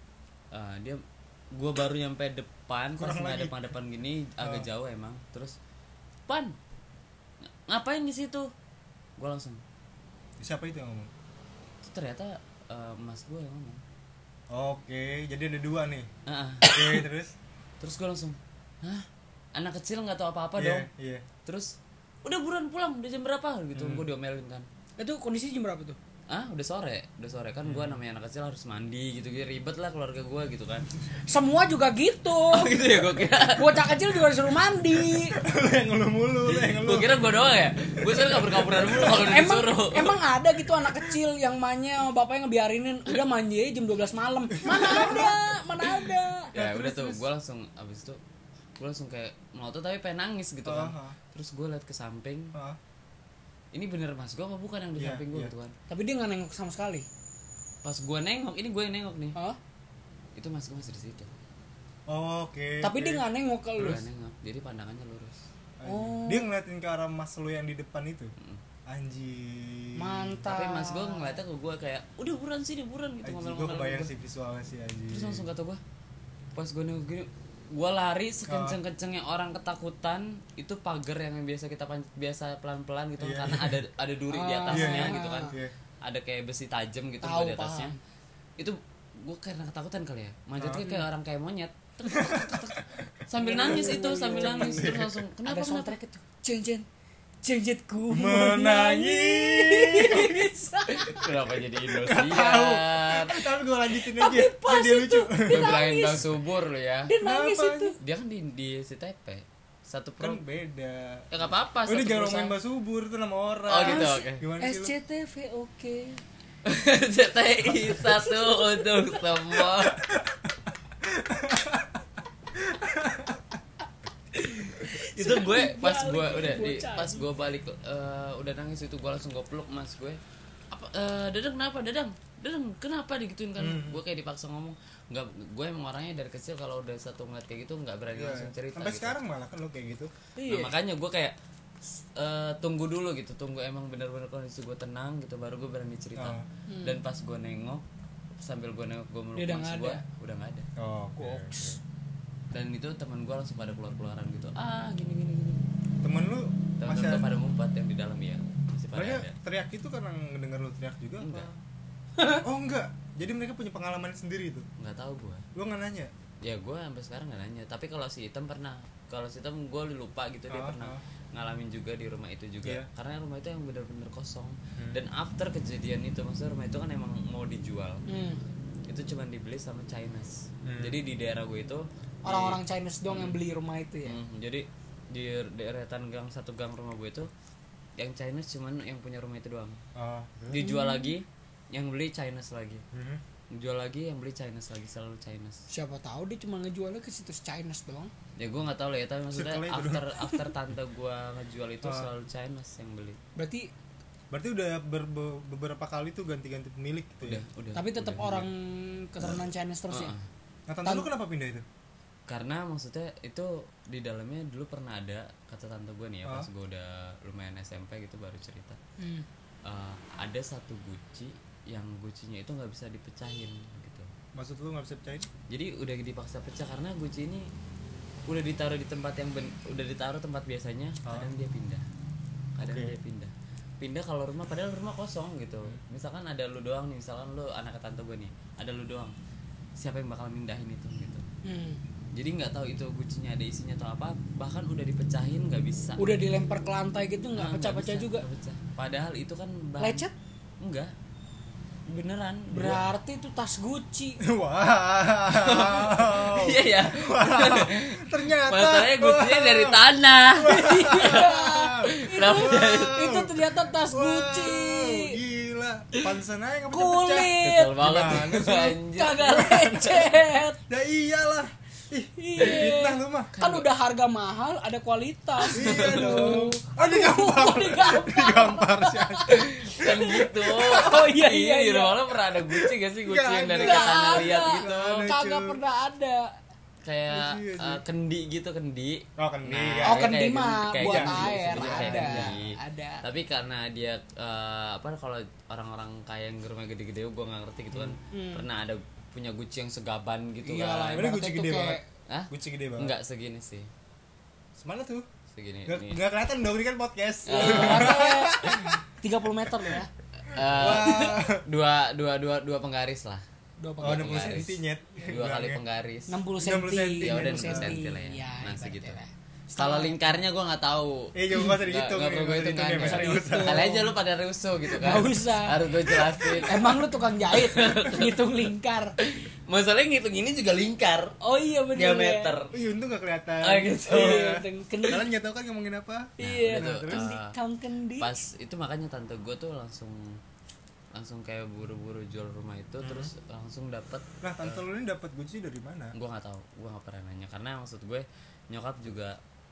gue baru nyampe depan, pas ngadep-ngadepan gini agak jauh emang. Terus Pan ngapain di situ? Gue langsung, Siapa itu yang ngomong? itu ternyata mas gue yang ngomong. Oke, jadi ada dua nih. Heeh. Oke, terus Terus gue langsung, hah? Anak kecil nggak tahu apa-apa Iya, dong. Iya. Terus udah buruan pulang, udah jam berapa gitu. Gue diomelin kan. Itu kondisi jam berapa tuh? Udah sore kan. Gue namanya anak kecil harus mandi gitu, ribet lah keluarga gue gitu kan. Semua juga gitu. Gitu ya gue kira. Bocah kecil juga disuruh mandi. Lu yang ngeluh mulu, lu yang Gue kira gue doang ya. Gue selalu kabur-kaburan mulu kalau udah disuruh. Emang ada gitu anak kecil yang mainnya sama bapaknya ngebiarinin udah mandi aja jam 12 malam. Mana ada. Ya udah tuh, gue langsung abis itu gue langsung kayak melotot tapi pengen nangis gitu kan. Terus gue liat ke samping, ini bener mas gue apa bukan yang di samping gue gitu kan. Tapi dia nggak nengok sama sekali. Pas gue nengok, ini gue yang nengok nih. Hah? Itu mas gue masih di situ. Oke. Tapi dia nggak nengok ke lu. Gue nengok, jadi pandangannya lurus. Oh. Dia ngeliatin ke arah mas lu yang di depan itu. Anjing. Mantap. Tapi mas gue ngeliatnya ke gue kayak udah buruan sini buruan gitu, Anjing, gue ngomel-ngomel. kebayang sih visualnya sih anjing. Terus langsung kata gue, pas gue nengok gini, gue lari sekenceng-kencengnya orang ketakutan. Itu pagar yang biasa kita biasa pelan-pelan gitu, Iya. karena ada duri di atasnya Iya, gitu kan. Iya. Ada kayak besi tajam gitu Tahu, di atasnya. paham. Itu gue karena ketakutan kali ya, manjatnya kayak orang kayak monyet. Sambil nangis itu, sambil nangis. Terus langsung Ada kenapa soundtrack itu. Jenjetku Menangis. kenapa jadi Indosiar? Tapi gue lanjutin Tapi aja. pas Dia lucu. Gue bilangin Bang Subur lo ya. Dia nangis Kenapa? itu. Dia kan di CTP satu Kan pro. beda. Ya nggak apa-apa. Udah satu jangan perusahaan. ngomongin Mbak Subur itu nama orang. Oh gitu, oke. Gimana sih lu? SCTV oke. CTI satu untuk semua. Itu gue pas gue udah pas gue balik udah nangis itu gue langsung gue peluk mas gue. Apa Dadang kenapa digituin kan? Gue kayak dipaksa ngomong. Nggak, gue emang orangnya dari kecil kalau udah satu ngeliat kayak gitu nggak berani Iya. langsung cerita. Sampai gitu. sekarang malah kan lo kayak gitu. Iya. Nah, makanya gue kayak tunggu dulu gitu, tunggu emang benar-benar kondisi gue tenang gitu, baru gue berani cerita. Dan pas gue nengok, sambil gue nengok gue meluk Dia udah mas nggak gue, ada. udah nggak ada. Oh, Goks. Dan itu teman gue langsung pada keluaran gitu, gini. Temen lu Teman-teman masih tuh pada ngumpet yang di dalam ya, masih pada mereka ada. teriak itu karena ngedenger lu teriak juga Enggak. apa? Oh enggak. Jadi mereka punya pengalaman sendiri itu. Nggak tahu gue. Lu nggak nanya? Ya gue sampai sekarang nggak nanya. Tapi kalau si Hitam pernah. Kalau si Hitam gue lupa gitu, dia pernah ngalamin juga di rumah itu juga. Iya. Karena rumah itu yang benar-benar kosong. Dan after kejadian itu, maksudnya rumah itu kan emang mau dijual. Itu cuma dibeli sama Chinese. Jadi di daerah gue itu Orang-orang Chinese dong yang beli rumah itu ya. jadi di deretan gang satu gang rumah gue itu yang Chinese cuman yang punya rumah itu doang. Oh. Dijual lagi, yang beli Chinese lagi. Hmm. Jual lagi, yang beli Chinese lagi, selalu Chinese. Siapa tahu dia cuma ngejualnya ke situs Chinese dong. Ya gue nggak tahu lah ya, tapi maksudnya Circle itu after tante gue ngejual itu selalu Chinese yang beli. Berarti udah beberapa kali tuh ganti-ganti pemilik gitu ya. Udah. Tapi tetap orang keturunan Chinese terus ya. Nah, tante lu kenapa pindah itu? Karena maksudnya itu di dalamnya dulu pernah ada, kata tante gue nih ya, pas gue udah lumayan SMP gitu baru cerita. Ada satu guci yang gucinya itu nggak bisa dipecahin gitu. Maksud lu nggak bisa pecahin? Jadi udah dipaksa pecah karena guci ini udah ditaruh di tempat yang udah ditaruh tempat biasanya, kadang dia pindah. Dia pindah kalau rumah, padahal rumah kosong gitu. Misalkan ada lu doang nih, misalkan lu anak tante gue nih, ada lu doang, siapa yang bakal mindahin itu gitu. Jadi nggak tahu itu gucinya ada isinya atau apa, bahkan udah dipecahin nggak bisa. Udah dilempar ke lantai gitu nggak Nggak pecah-pecah bisa, juga. nggak pecah. Padahal itu kan Lecet? Enggak, beneran. Berarti itu tas Gucci. Wow. Iya ya. Ternyata Masalahnya gucinya dari tanah. Kenapa jadi Itu ternyata tas Gucci. Gila. Pantesan aja nggak pecah-pecah. Kulit. kesel banget Gimana sih? anjir. Kagak lecet. Ya iyalah. Ih, Iya. fitnah lu mah. Kan udah harga mahal, ada kualitas. Iya dong. Oh, digampar. Digampar sih. Kan gitu. Oh iya iya Di iya. rumah lo pernah ada guci gak sih? Guci Nggak yang dari ada. katana lihat gitu. Ada, Kagak cuy. pernah ada. Kayak Iya sih. kendi gitu, kendi. Oh, kendi. Nah, ya. Oh, kayak kendi gitu, mah kayak buat kendi, air sebenarnya kayak ada. kendi. Ada. Tapi karena dia kalau orang-orang kaya yang rumah gede-gede, gue nggak ngerti gitu kan. Pernah ada punya guci yang segaban gitu Iyalah, kan. Ini Gucci ibaratnya gede tuh banget. Hah? Gucci gede banget. Enggak segini sih. Semana tuh? Segini. Nggak Nih. kelihatan dong, ini kan podcast. Makanya 30 meter loh ya. Dua penggaris lah. Dua Oh, pakai 60 penggaris. cm nyet. 2 kali penggaris. 60 60 cm. senti. Ya udah 60 60 cm lah ya. Iya, Nah, ibaratnya segitu. lah. Kalau lingkarnya gue nggak tahu. Jangan nggak usah dihitung. Nggak perlu gue hitung kan. Nggak usah dihitung. Kali aja lu pada rusuh gitu kan. Nggak usah. Harus gue jelasin. Emang lu tukang jahit, ngitung lingkar. Masalahnya ngitung ini juga lingkar. Oh iya bener. Diameter. Oh, iya, untung nggak kelihatan. Ah, gitu. Iya, kendi. Kalian nggak tahu kan ngomongin apa? Iya, udah tuh, kendi, kang kendi. Pas itu makanya tante gue tuh langsung kayak buru-buru jual rumah itu, terus langsung dapat. Nah, tante lu ini dapat Gucci dari mana? Gue nggak tahu, gue nggak pernah nanya karena maksud gue nyokap juga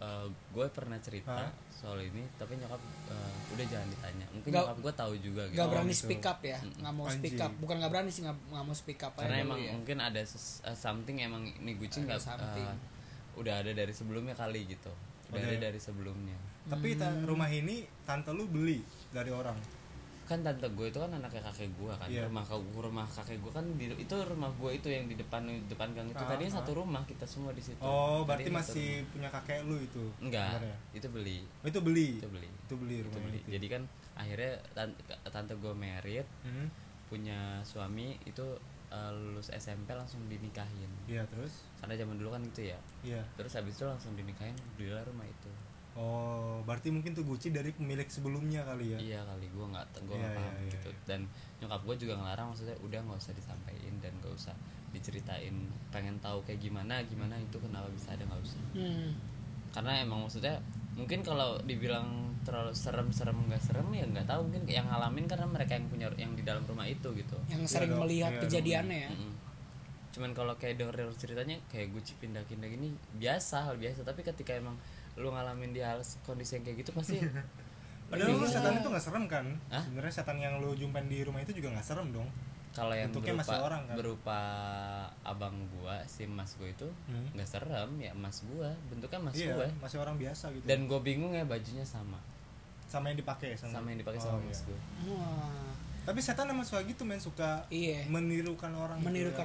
gue pernah cerita soal ini tapi nyokap udah jangan ditanya. Mungkin nyokap gue tahu juga gitu. Gak berani gitu. speak up ya, nggak mau speak up. Bukan nggak berani sih, nggak mau speak up. Karena emang mungkin ada something emang ini Gucci nggak udah ada dari sebelumnya kali gitu. Udah ada dari sebelumnya. Tapi rumah ini tante lu beli dari orang. Kan tante gue itu kan anaknya kakek gue kan. Rumah kakek gue kan itu rumah gue itu yang di depan gang itu. Tadinya satu rumah kita semua di situ. Oh, berarti masih punya kakek lu itu? Enggak. Sebenarnya? Itu beli. Itu beli Itu beli. Jadi kan akhirnya tante gue married, punya suami itu lulus SMP langsung dinikahin. Iya, terus? Karena zaman dulu kan gitu ya. Iya. Terus habis itu langsung dinikahin, belilah rumah itu. Oh, berarti mungkin tuh Gucci dari pemilik sebelumnya kali ya? Iya kali, gue nggak paham gitu. Dan nyokap gue juga ngelarang, maksudnya udah nggak usah disampaikan dan nggak usah diceritain. Pengen tahu kayak gimana itu kenapa bisa ada, nggak usah. Karena emang maksudnya mungkin kalau dibilang terlalu serem nggak serem ya nggak tahu, mungkin yang ngalamin karena mereka yang punya yang di dalam rumah itu gitu. Yang sering melihat kejadiannya ya. Cuman kalau kayak denger ceritanya kayak Gucci pindah-pindah gini hal biasa. Tapi ketika emang lu ngalamin di hal kondisi yang kayak gitu pasti padahal setan itu nggak serem kan? Sebenarnya setan yang lu jumpain di rumah itu juga nggak serem dong. Kalau yang berupa abang gua si mas gua itu nggak serem ya, mas gua bentuknya mas gua masih orang biasa gitu. Dan gua bingung ya, bajunya sama yang dipakai sama mas gua. Tapi setan emang suka gitu, suka menirukan orang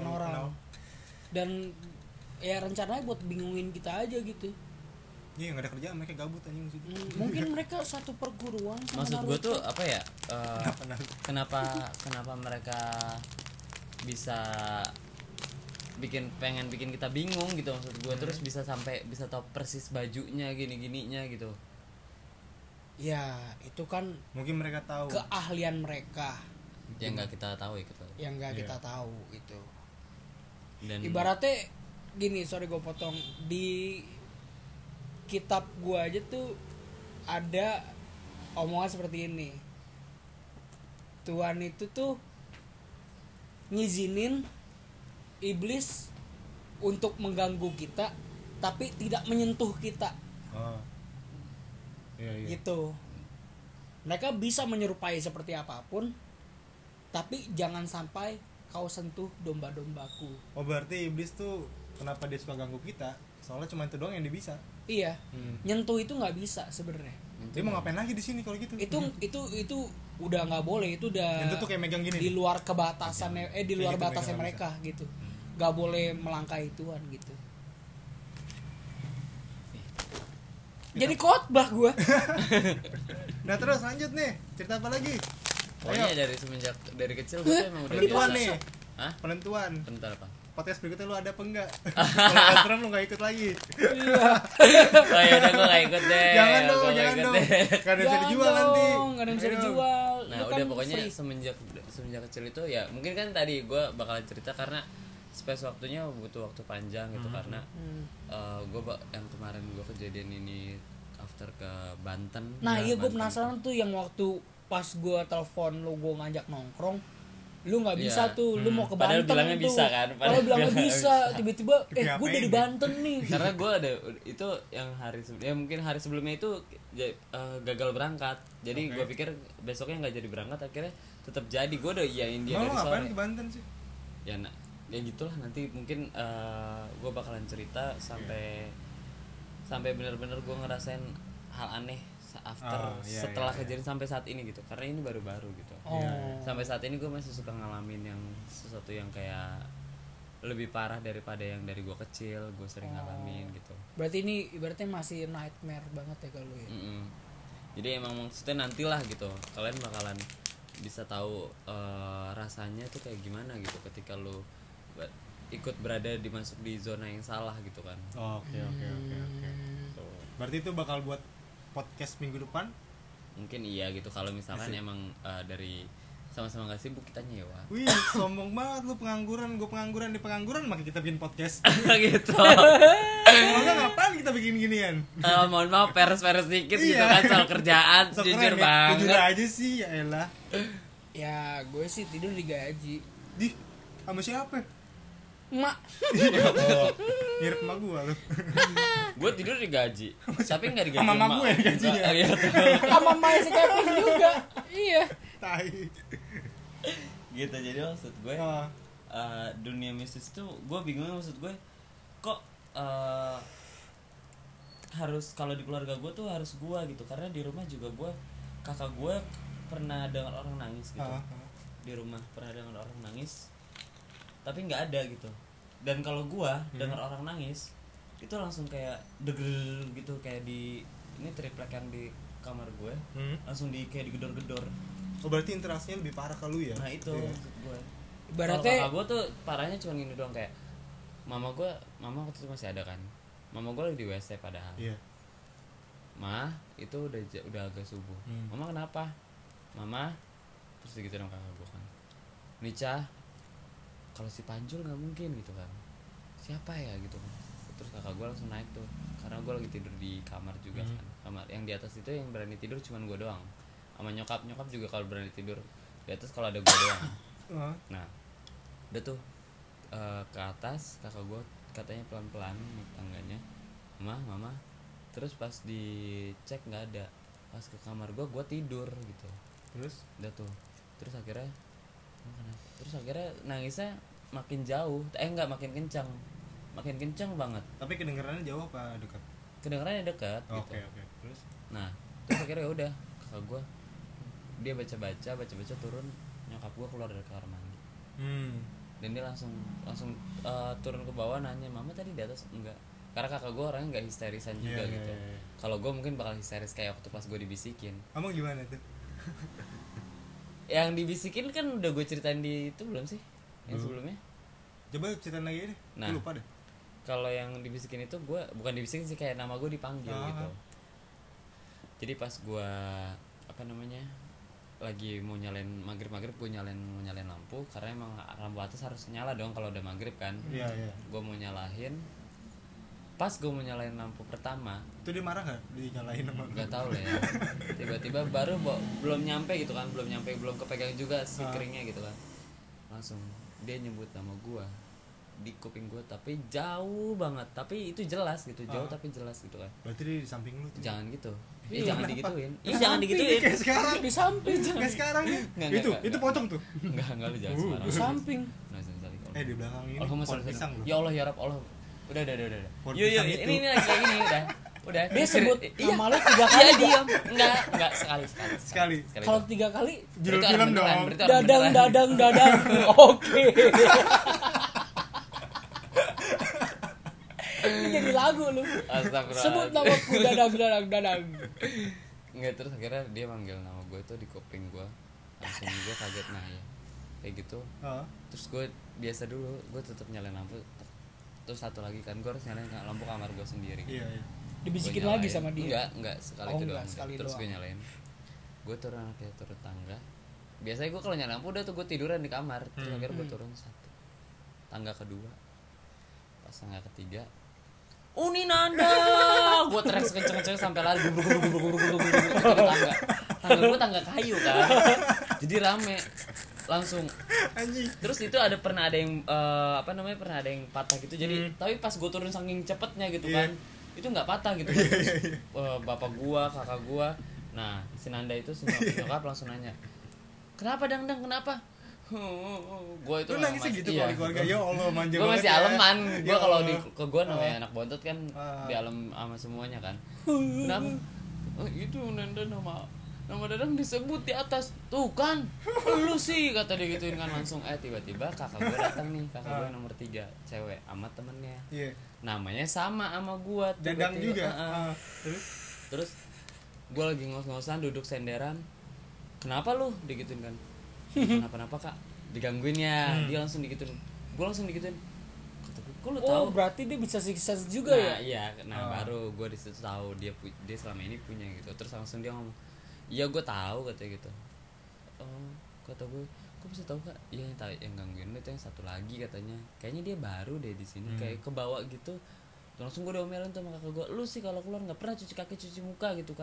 dan ya rencananya buat bingungin kita aja gitu. Iya, nggak ada kerjaan, mereka gabut anjing di situ. Mungkin mereka satu perguruan sama maksud gue tuh apa ya, kenapa mereka bisa pengen bikin kita bingung gitu, maksud gue. Terus bisa tahu persis bajunya gininya gitu. Ya itu kan mungkin mereka tahu keahlian mereka yang nggak kita tahu gitu. Kita tahu itu. Dan ibaratnya gini, sorry gue potong, di kitab gua aja tuh ada omongan seperti ini. Tuhan itu tuh ngizinin iblis untuk mengganggu kita tapi tidak menyentuh kita. Iya. Gitu. Mereka bisa menyerupai seperti apapun tapi jangan sampai kau sentuh domba-dombaku. Oh, berarti iblis tuh kenapa dia suka ganggu kita? Soalnya cuma itu doang yang dia bisa. Iya. Nyentuh itu nggak bisa sebenarnya. Dia mau ngapain lagi di sini kalau gitu? Itu udah nggak boleh, itu udah. Nyentuh tuh kayak megang gini. Di luar kebatasannya, di luar batasnya mereka bisa. Gitu. Nggak boleh melangkahi Tuhan gitu. Jadi khotbah gua. Nah, terus lanjut nih. Cerita apa lagi? Pokoknya dari kecil gue emang udah penentuan nih. Hah? Penentuan apa? Podcast berikutnya lu ada apa enggak? Kalau gak serem lu gak ikut lagi. Iya. Oh ya udah gue gak ikut deh. Jangan dong. Gak ada bisa dijual nanti. Gak ada bisa dijual. Nah udah pokoknya semenjak kecil itu ya mungkin kan tadi gue bakalan cerita karena space waktunya butuh waktu panjang gitu. Karena gue yang kemarin gue kejadian ini after ke Banten. Nah iya, gue penasaran tuh yang waktu pas gue telepon lu, gue ngajak nongkrong, lu nggak bisa tuh, lu mau ke Banten. Padahal bilangnya tuh. Bisa kan? Padahal bilangnya bisa, tiba-tiba gue dari Banten nih. Karena gue ada itu yang mungkin hari sebelumnya itu gagal berangkat. Jadi gue pikir besoknya nggak jadi berangkat, akhirnya tetap jadi. Gue udah iyain dia dari sore. Ngapain ke Banten sih? Ya gitulah, nanti mungkin gue bakalan cerita sampai benar-benar gue ngerasain hal aneh setelah kejadian sampai saat ini gitu, karena ini baru-baru gitu. Sampai saat ini gue masih suka ngalamin yang sesuatu yang kayak lebih parah daripada yang dari gue kecil gue sering ngalamin gitu. Berarti ini ibaratnya masih nightmare banget ya kalau ya. Jadi emang maksudnya nantilah gitu kalian bakalan bisa tahu rasanya tuh kayak gimana gitu ketika lu ikut berada masuk di zona yang salah gitu kan. Oke. Berarti itu bakal buat podcast minggu depan? Mungkin iya gitu kalau misalkan emang dari sama-sama gak sibuk kita nyewa. Wih, sombong banget lu, pengangguran, gue pengangguran, di pengangguran maka kita bikin podcast. Gitu. Kalau enggak ngapain kita bikin ginian? Mohon maaf peres dikit gitu kan soal kerjaan, jujur banget. Jujur aja sih, ya elah. Ya, gue sih tidur digaji. Sama siapa? Mak. Mirip sama gua lu. Gue tidur digaji tapi nggak digaji Sama mama gue yang gajinya. Iya, Sama Maya si Kevin juga. Iya. Tai. gitu. Jadi maksud gue dunia mistis tuh gue bingung. Maksud gue kok harus kalau di keluarga gue tuh harus gue gitu, karena di rumah juga gue, kakak gue pernah dengar orang nangis gitu. Di rumah pernah dengar orang nangis tapi nggak ada gitu. Dan kalau gue dengar orang nangis itu langsung kayak degel gitu, kayak di ini triplek yang di kamar gue langsung kayak digedor-gedor. Oh berarti interaksinya lebih parah ke lu ya? Nah itu maksud gue. Ibaratnya Kalau kakak gue tuh parahnya cuma gini doang, kayak mama waktu itu masih ada kan, mama gue lagi di WC padahal. Iya. Mah itu udah agak subuh. Mama kenapa? Mama terus gitu dong kakak gue kan. Nica, kalau si Panjul nggak mungkin gitu kan. Siapa ya gitu kan. Terus kakak gue langsung naik tuh, karena gue lagi tidur di kamar juga kan. Kamar yang di atas itu yang berani tidur cuman gue doang. Sama nyokap juga kalau berani tidur di atas kalau ada gue doang. Nah udah tuh ke atas, kakak gue katanya pelan-pelan naik tangganya, mama. Terus pas dicek nggak ada, pas ke kamar gue tidur gitu. Terus Udah tuh, terus akhirnya nangisnya makin jauh, nggak makin kencang banget. tapi kedengarannya jauh apa dekat? Kedengarannya dekat gitu. Oke. Terus Nah terus akhirnya ya udah, kakak gue dia baca turun, nyokap gue keluar dari kamar mandi. Dan dia langsung turun ke bawah nanya, mama tadi di atas? Enggak, karena kakak gue orangnya nggak histerisan juga gitu. Kalau gue mungkin bakal histeris kayak waktu pas gue dibisikin. Kamu gimana tuh? Yang dibisikin kan udah gue ceritain di itu belum sih? Yang sebelumnya? Coba ceritain lagi deh. Nah, Gue lupa deh. Kalau yang dibisikin itu gue bukan dibisikin sih, kayak nama gue dipanggil gitu. Jadi pas gue lagi mau nyalain maghrib gue mau nyalain lampu, karena emang lampu atas harus nyala dong kalau udah maghrib kan. Iya. Gue mau nyalain, pas gue mau nyalain lampu pertama Itu dia marah nggak? Dinyalain sama nggak tahu lah ya, tiba-tiba baru belum nyampe belum kepegang juga si keringnya gitu kan, langsung dia nyebut nama gue di kuping gue tapi jauh banget, tapi itu jelas gitu, jauh tapi jelas gitu kan. Berarti dia di samping lu tuh. Jangan gitu. Jangan digituin. Jangan digituin. Kayak sekarang di samping. Kayak sekarang nih. Enggak, Itu pocong tuh. Enggak lu jangan sembarangan. Di samping. Di belakang ini Allahumma pohon sholli pisang loh. ya Allah ya Rabb, Allah. Udah. Pohon Yuk, pisang itu. ini lagi ini udah. Dia sebut nama lu 3 Iya, kali. diam. Enggak, sekali. Kalau 3 kali Judul film dong. dadang. Oke. Ini jadi lagu lu. Astagfirullah. Sebut namaku dadang. Enggak, terus akhirnya dia manggil nama gue tuh di kuping gue. Langsung gue kaget, nah ya. Kayak gitu. Terus gue biasa dulu, gue tetap nyalain lampu. Terus satu lagi kan gue harus nyalain lampu kamar gue sendiri. Iya. Dibisikin lagi sama dia. Enggak sekali Oh, itu enggak, doang. sekali Terus doang. gue nyalain. Gue turun tangga. Biasanya gue kalau nyalain lampu udah tuh gue tiduran di kamar. Terus akhirnya gue turun satu. Tangga kedua. Pas tangga ketiga, Uninanda, gue teriak sekenceng-kenceng sampai lari gubuk tangga. Tangga gue tangga kayu kan, jadi rame langsung. Anjing. Terus itu pernah ada yang pernah ada yang patah gitu. Jadi tapi pas gue turun saking cepetnya gitu kan, itu nggak patah gitu kan. Terus, bapak gua, kakak gua, nah si Nanda itu si nyokap langsung nanya, kenapa dang kenapa? Gue itu Lu nangisnya gitu kalau di keluarga. Ya Allah, manja gue banget. masih aleman. Gue Ya kalau Allah. ke gue namanya anak bontot kan di alam sama semuanya kan. Kenapa? Oh, itu Nanda nama Dadang disebut di atas tuh kan. Lu sih kata dia gituin kan langsung. Tiba-tiba kakak gue datang nih, kakak gue nomor 3 cewek sama temennya. Iya. Namanya sama gue. Dadang juga. Terus gue lagi ngos-ngosan duduk senderan. Kenapa lu digituin kan? Kenapa kak? Digangguin ya. Dia langsung digituin. Gue langsung digituin. Kata gue, kok lu tahu? Oh, berarti dia bisa siksa juga ya? Iya. Baru gue disitu tahu dia selama ini punya gitu. Terus langsung dia ngomong, iya gue tahu katanya gitu. Oh, kata gue, kok bisa tahu kak? Iya yang gangguin lu itu yang satu lagi katanya. Kayaknya dia baru deh di sini, kayak kebawa gitu. Terus langsung gue diomelin tuh sama kakak gue, lu sih kalau keluar nggak pernah cuci kaki cuci muka gitu kan.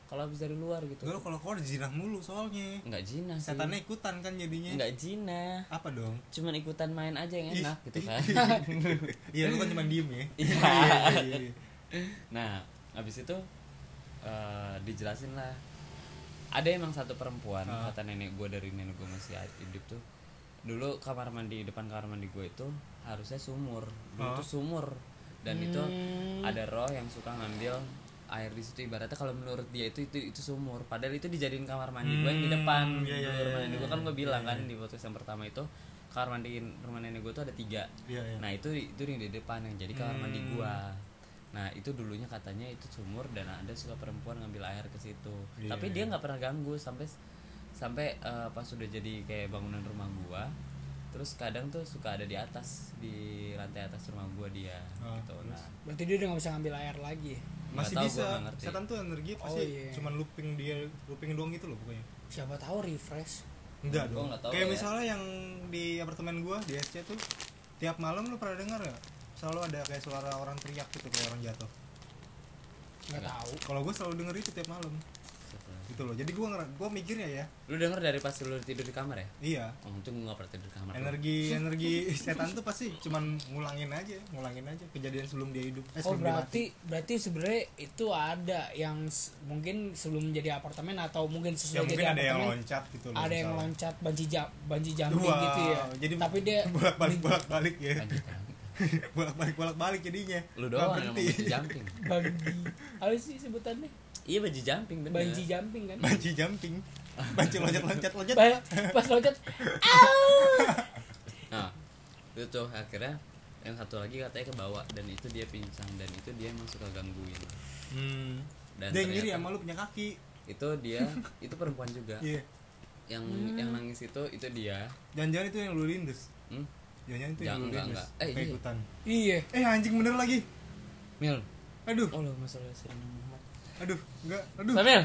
kalau habis dari luar gitu. Enggak, kalau keluar jinah mulu soalnya. Nggak jinah sih. Setannya ikutan kan jadinya. Nggak jinah. Apa dong? Cuman ikutan main aja yang enak gitu kan. Iya, lu kan cuma diem ya. Iya. Nah, habis itu dijelasin lah. Ada emang satu perempuan, kata nenek gue, dari nenek gue masih hidup tuh. Dulu kamar mandi, depan kamar mandi gue itu harusnya sumur. Dulu tuh sumur. Dan itu ada roh yang suka ngambil air di situ, ibaratnya kalau menurut dia itu sumur, padahal itu dijadiin kamar mandi gue yang di depan. Rumah nenek gue kan gue bilang kan di podcast yang pertama itu kamar mandi rumah nenek gue tuh ada 3. Nah itu yang di depan yang jadi kamar mandi gue. Nah itu dulunya katanya itu sumur dan ada suka perempuan ngambil air ke situ. Tapi dia nggak pernah ganggu sampai pas sudah jadi kayak bangunan rumah gue. Terus kadang tuh suka ada di lantai atas rumah gue dia gitu. Nah berarti dia udah nggak bisa ngambil air lagi. Masih bisa. Setan tuh energi pasti cuman looping doang gitu loh pokoknya. Siapa tahu refresh. Enggak dong. Kayak ya. Misalnya yang di apartemen gua di SC tuh tiap malam lu pernah dengar ya? Selalu ada kayak suara orang teriak gitu, kayak orang jatuh. Enggak tahu. Kalau gua selalu denger itu tiap malam. Gitu loh. Jadi gua mikirnya ya. Lu denger dari pas lu tidur di kamar ya? Iya. Untung gua enggak pernah tidur di kamar. Energi setan tuh pasti cuman ngulangin aja kejadian sebelum dia hidup. Berarti sebenarnya itu ada yang mungkin sebelum menjadi apartemen atau mungkin sesudah mungkin jadi ada apartemen. Yang loncat gitu loh. Ada yang loncat banji jumping gitu ya. Jadi tapi dia bolak-balik ya. bolak-balik jadinya. Lu doang yang banji jumping. Apa sih sebutannya? Iya banji jumping bener. Banji jumping kan? Banji jumping. Banci loncat. Pas loncat. Nah, itu tuh akhirnya yang satu lagi katanya kebawa dan itu dia pingsan dan itu dia emang suka gangguin. Dan dia ngiri sama lu punya kaki. Itu dia, itu perempuan juga. Iya. Yang nangis itu dia. Jangan-jangan itu yang lu lindus. Jangan-jangan itu yang lu lindus. Ikutan. Iya. Anjing bener lagi. Mil. Aduh. Oh, masalah Sirina Muhammad. Aduh, enggak. Aduh. Samil.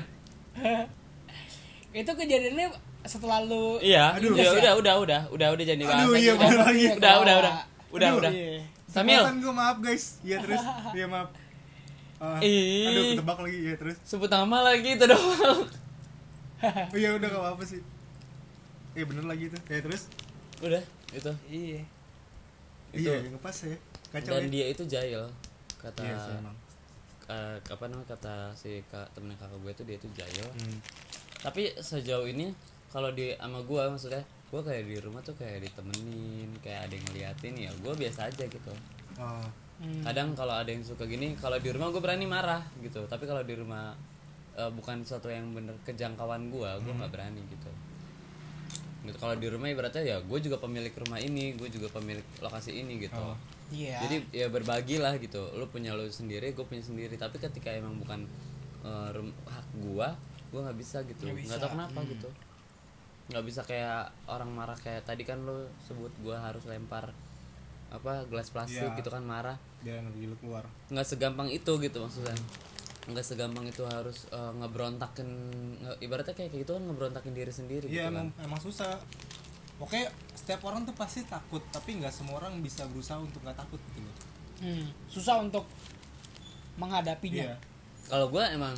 Itu kejadiannya setelah lu. Iya. Aduh. Udah jadi bahas. Aduh, iya bener lagi. Udah. Samil. Gue maaf guys. Iya terus. Iya maaf. Aduh, ketebak lagi ya terus. Sebut nama lagi itu dong. Oh iya udah gak apa-apa sih. Bener lagi itu. Ya terus. Udah, itu. Iya. Iya, ngepas ya. Kacau. Dan dia itu jahil. Kata iya, sih, emang. Kata si temen kakak gue itu dia itu jahil. Tapi sejauh ini kalau di sama gue, maksudnya gue kayak di rumah tuh kayak ditemenin, kayak ada yang ngeliatin, ya gue biasa aja gitu. Kadang kalau ada yang suka gini, kalau di rumah gue berani marah gitu, tapi kalau di rumah bukan sesuatu yang bener kejangkauan gue nggak berani gitu. Kalau di rumah ibaratnya ya gue juga pemilik rumah ini, gue juga pemilik lokasi ini gitu. Jadi ya berbagi lah gitu, lu punya lu sendiri, gue punya sendiri. Tapi ketika emang bukan hak gue nggak bisa gitu, nggak tahu kenapa gitu. Nggak bisa kayak orang marah kayak tadi kan lu sebut gue harus lempar gelas plastik gitu kan, marah biar energi lu keluar. Nggak segampang itu gitu maksudnya. Nggak segampang itu harus ngebrontakin, ibaratnya kayak gitu kan, ngebrontakin diri sendiri. Iya, gitu emang susah. Oke, setiap orang tuh pasti takut, tapi nggak semua orang bisa berusaha untuk nggak takut gitu loh. Susah untuk menghadapinya. Iya. Kalau gue emang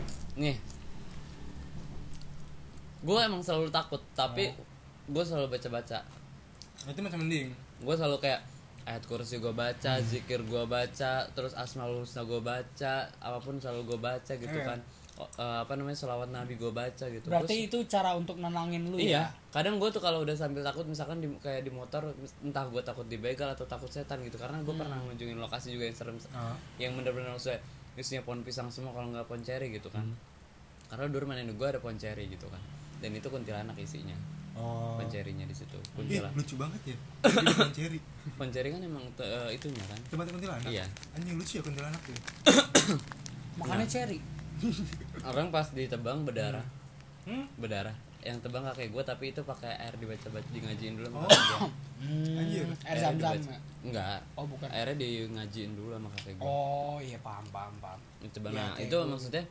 gue emang selalu takut, tapi gue selalu baca-baca. Itu macam mending. Gue selalu kayak ayat kursi gue baca, zikir gue baca, terus asmaul husna gue baca, apapun selalu gue baca gitu kan. Sholawat nabi gue baca gitu. Berarti terus, itu cara untuk nenangin lu ya? Kadang gue tuh kalau udah sambil takut, misalkan kayak di motor, entah gue takut dibegal atau takut setan gitu, karena gue pernah ngunjungin lokasi juga yang serem, yang bener-bener maksudnya isinya pohon pisang semua, kalau nggak pohon ceri gitu kan. Karena dulu mana gue ada pohon ceri gitu kan, dan itu kuntilanak isinya. Pohon cerinya di situ. Kuntilanak. Lucu banget ya. Pohon ceri. Pohon ceri kan emang itunya kan. Tempat kuntilanak. Iya. Anjing lucu ya kuntilanak tuh. Makanya ceri. Orang pas ditebang berdarah. Berdarah. Yang tebang kakek gue, tapi itu pakai air dibaca-baca, di ngajiin dulu sama kakek gue. Anjir. Air zam-zam. Enggak. Oh, bukan. Airnya di ngajiin dulu sama kakek gue. Oh, iya paham. Itu nah, itu maksudnya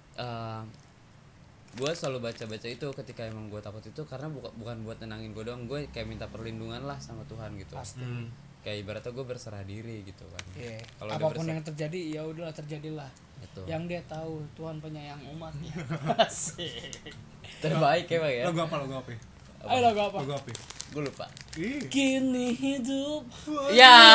gue selalu baca-baca itu ketika emang gue takut itu, karena bukan buat nenangin gue doang, gue kayak minta perlindungan lah sama Tuhan gitu. Pasti. kayak ibaratnya gue berserah diri gitu kan. Iya. Kalau udah Apapun yang terjadi ya udahlah terjadilah. Itu Yang dia tahu Tuhan penyayang umatnya. Asik. terbaik ya Bang ya. Lagu apa? Ayo lagu apa? Lagu apa? Gue lupa. Ih. Kini hidup. Ya.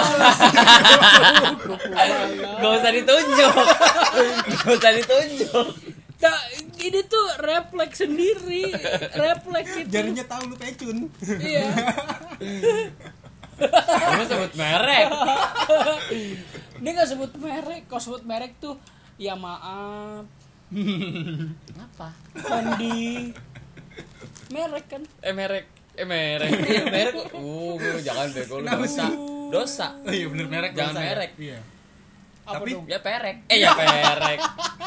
Gak usah ditunjuk. Gak usah ditunjuk. Nah, ini tuh refleks sendiri. Refleks itu. Jarinya tahu lu pecun. Iya. Kamu sebut merek. Dia nggak sebut merek. Kalau sebut merek tuh ya maaf. Apa? Kondi. Merek kan. Merek. Iya merek. Jangan bego lu dosa. Oh iya bener merek. Jangan dosa ya? merek. Iya. Apa Tapi- dong? Ya perek. Ya perek.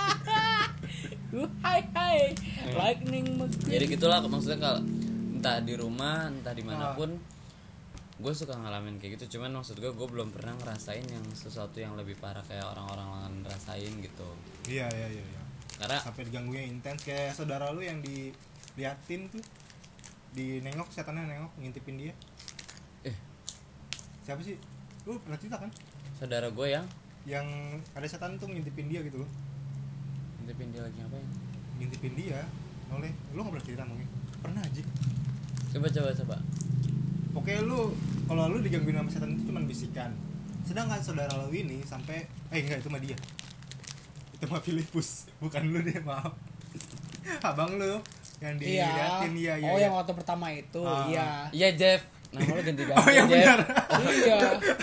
Hai. Lightning McQueen. Jadi gitulah maksudnya kalau entah di rumah entah dimanapun gue suka ngalamin kayak gitu. Cuman maksud gue belum pernah ngerasain yang sesuatu yang lebih parah kayak orang-orang rasain gitu. Iya. Karena Sampai diganggunya intens kayak saudara lu yang diliatin tuh. Di nengok, setannya nengok ngintipin dia. Siapa sih? Lu pernah cerita kan? saudara gue yang ada setan tuh ngintipin dia gitu loh. ngintipin dia lagi ngapain? Ngintipin dia. Noleh, lu enggak pernah cerita mungkin? Pernah aja. Coba. Pokoknya lu kalau lu digangguin sama setan itu cuma bisikan. Sedangkan saudara lu ini sampai enggak itu mah dia. Itu mah Filipus, bukan lu deh, maaf. Abang lu yang diliatin iya. Oh, yang waktu pertama itu. Iya. Iya Jeff, nama lu ganti-ganti. Oh yang Jeff. benar. Iya.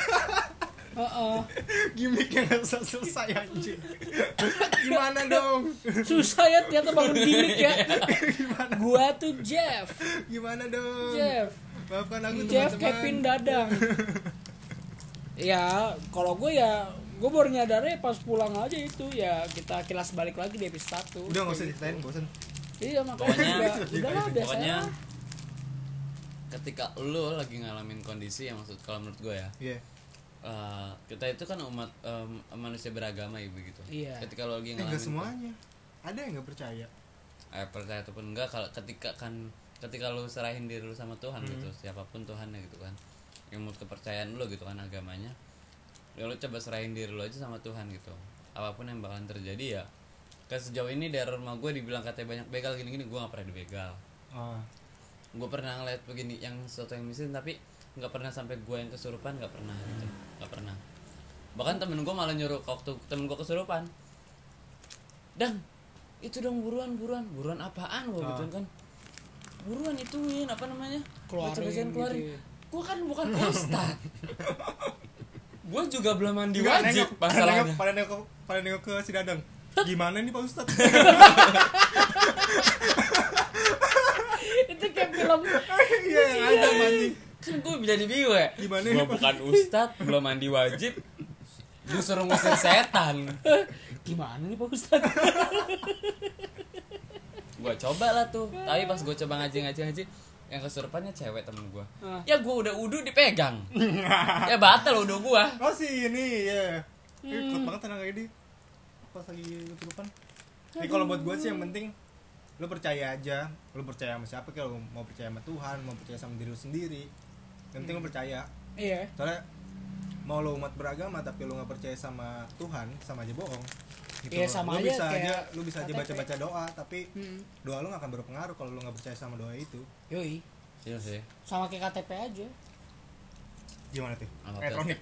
Gimiknya nggak usah selesai anjir. Gimana dong? Susah ya ternyata bangun gimmick ya. Gua tuh Jeff. Gimana dong? Jeff. Maafkan aku Jeff teman-teman. Kevin Dadang. Ya, kalau gue baru nyadarnya pas pulang aja itu ya kita kilas balik lagi di episode 1. Udah nggak usah ceritain, bosan. Iya makanya Pokoknya- udahlah biasa. Pokoknya ketika lu lagi ngalamin kondisi yang maksud kalau menurut gue ya, Iya. kita itu kan umat manusia beragama ya begitu. Iya. Ketika lu lagi ngalamin Enggak semuanya. Ada yang nggak percaya. percaya ataupun enggak, kalau ketika lu serahin diri lu sama Tuhan gitu, siapapun Tuhannya gitu kan, yang menurut kepercayaan lu gitu kan agamanya, ya lu coba serahin diri lu aja sama Tuhan gitu. Apapun yang bakalan terjadi ya. Kayak sejauh ini dari rumah gue dibilang katanya banyak begal gini-gini, gue nggak pernah dibegal. Gue pernah ngeliat begini yang sesuatu yang miskin tapi nggak pernah sampai gue yang kesurupan, nggak pernah gitu, nggak pernah. Bahkan temen gue malah nyuruh waktu temen gue kesurupan, Dang itu dong buruan apaan gue gitu kan, buruan ituin apa namanya, Keluarin keluarin. gitu. Gue kan bukan ustad. Gue juga belum mandi Nggak, wajib nengok, masalahnya. pada nengok ke si Dadang. Gimana nih Pak Ustadz? Itu kayak film. Iya yang ada anjing. Kan gue jadi bingung ya, Gimana gue ini, bukan ustad, belum mandi wajib, gue suruh ngusir setan. Gimana nih Pak Ustadz? Gue coba lah tuh, tapi pas gue coba ngaji yang kesurupannya cewek temen gue. Ya gue udah udu dipegang, ya batal udu gue. Oh sih ini ya. Ikut banget tenaga ini. Pas lagi kesurupan. Ini kalau buat gue sih yang penting lu percaya aja. Lu percaya sama siapa, kalau mau percaya sama Tuhan, mau percaya sama diri lu sendiri. Yang penting lu percaya. Iya. Soalnya mau lu umat beragama tapi lu nggak percaya sama Tuhan, sama aja bohong. Gitu. Iya, sama lu aja bisa kayak lu bisa aja KTP. baca-baca doa tapi doa lu nggak akan berpengaruh kalau lu nggak percaya sama doa itu. Yoi. Iya sih. Sama kayak KTP aja. Gimana tuh? Apa tuh? Elektronik.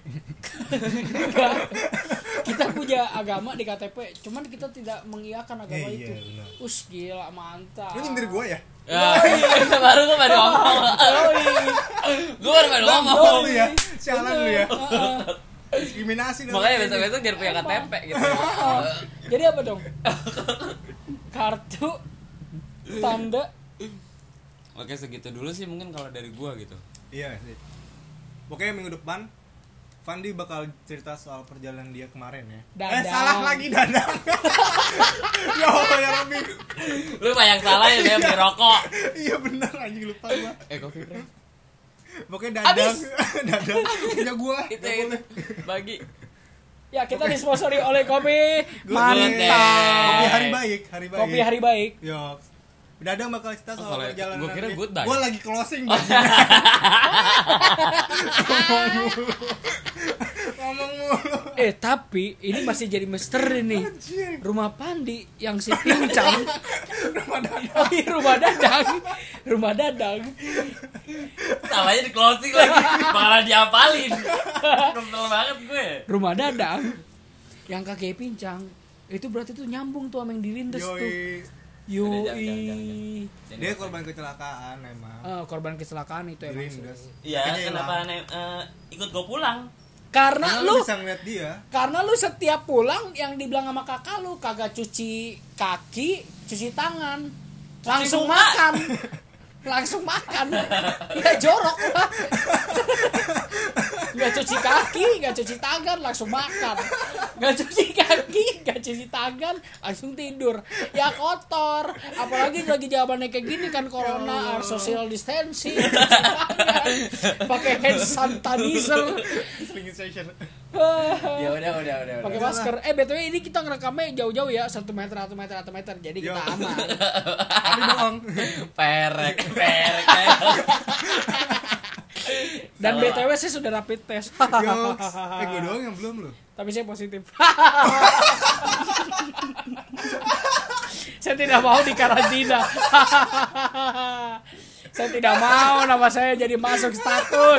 Kita punya agama di KTP, cuman kita tidak mengiyakan agama Iya, itu. benar. Gila mantap. Lu nyindir gue ya? Ya, baru gue baru ngomong. Gue baru ngomong. Oh, lu ya. Sialan lu ya. Diskriminasi dong. Makanya besok-besok biar punya KTP gitu. Jadi apa dong? Kartu tanda. Oke segitu dulu sih mungkin kalau dari gue gitu. Iya sih. Pokoknya minggu depan Fandi bakal cerita soal perjalanan dia kemarin ya. Dadang. Salah lagi Dadang. Ya Allah ya Rabbi. Lu mah yang salah ya dia beli rokok. Iya benar anjing lupa gua. Kopi friend. Pokoknya Dadang. Dadang punya gua. Itu bagi. Ya kita disponsori oleh kopi Good mantap. Kopi hari baik, hari baik. Kopi hari baik. Yok. Dadang bakal cerita soal kalau perjalanan. gua kira goodbye. Gua lagi closing. Ngomong mulu. Tapi ini masih jadi misteri nih. Rumah Pandi yang si pincang. Rumah Dadang. Oh iya, rumah Dadang. Salahnya di closing lagi. Malah diapalin. Kesel banget gue. Rumah Dadang yang kakek pincang. Itu berarti tuh nyambung tuh sama yang dilindes tuh. Yoi. Yoi. Dia korban kecelakaan emang. Korban kecelakaan itu emang. Dilindes. Iya, Makanya kenapa hilang. ikut gue pulang? Karena Lu lu bisa ngeliat dia. Karena lu setiap pulang yang dibilang sama kakak lu kagak cuci kaki, cuci tangan, langsung muka. makan. Langsung makan. Ya jorok lah. Gak cuci kaki, gak cuci tangan, langsung makan. Gak cuci kaki, gak cuci tangan, langsung tidur. Ya kotor. Apalagi lagi zamannya kayak gini kan corona, social distancing, cuci tangan, pakai hand sanitizer. Station. Ya udah. Pakai masker. BTW ini kita ngerekamnya jauh-jauh ya, 1 meter. Jadi kita Yo. aman. Tapi bohong. Perek. Dan Salah. BTW saya sudah rapid test. Jokes. Gue doang yang belum loh. Tapi saya positif. Saya tidak mau dikarantina. Saya tidak mau nama saya jadi masuk status.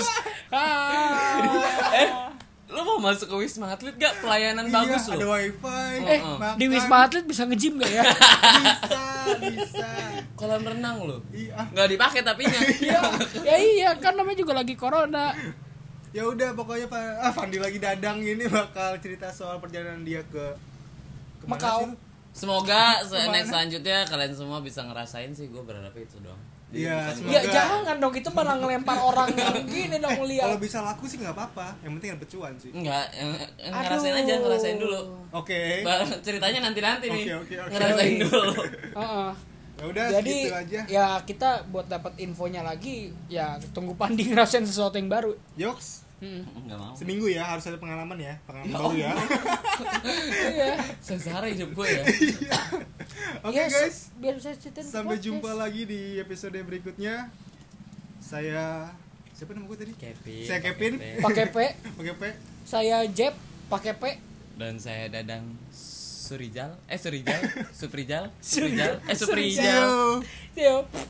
Lu mau masuk ke Wisma Atlet gak? Pelayanan bagus Ada loh. wifi. Makan. Di Wisma Atlet bisa nge-gym gak ya? Bisa. Kolam renang loh. Iya. Gak dipakai tapinya. Ya iya kan namanya juga lagi corona. Ya udah pokoknya Pak Fandi lagi Dadang ini bakal cerita soal perjalanan dia ke kemana Macau. sih lu? Semoga Kemana? next selanjutnya kalian semua bisa ngerasain sih. Gue berharap itu doang. Iya, Bukan- semoga. Ya jangan dong, itu malah ngelempar orang yang gini dong Kalau lihat. bisa laku sih nggak apa-apa. Yang penting ada cuan sih. Enggak, ngerasain Aduh. aja, ngerasain dulu. Oke. Ceritanya nanti nih. Oke. Ngerasain dulu. Heeh. Ya udah Jadi segitu aja. ya kita buat dapat infonya lagi ya tunggu Pandi ngerasain sesuatu yang baru. Yoks. Enggak mau. Seminggu ya harus ada pengalaman ya. Pengalaman baru ya. Iya. Sengsara hidup gue ya. Oke Ya, guys. biar bisa ceritain Sampai podcast. jumpa lagi di episode berikutnya. Saya siapa nama gue tadi? Kevin. Saya Kevin. Pakai P, Pakai P. saya Jeb pakai P. Dan saya Dadang Suprijal. Suprijal. Suprijal. See you. Yuk.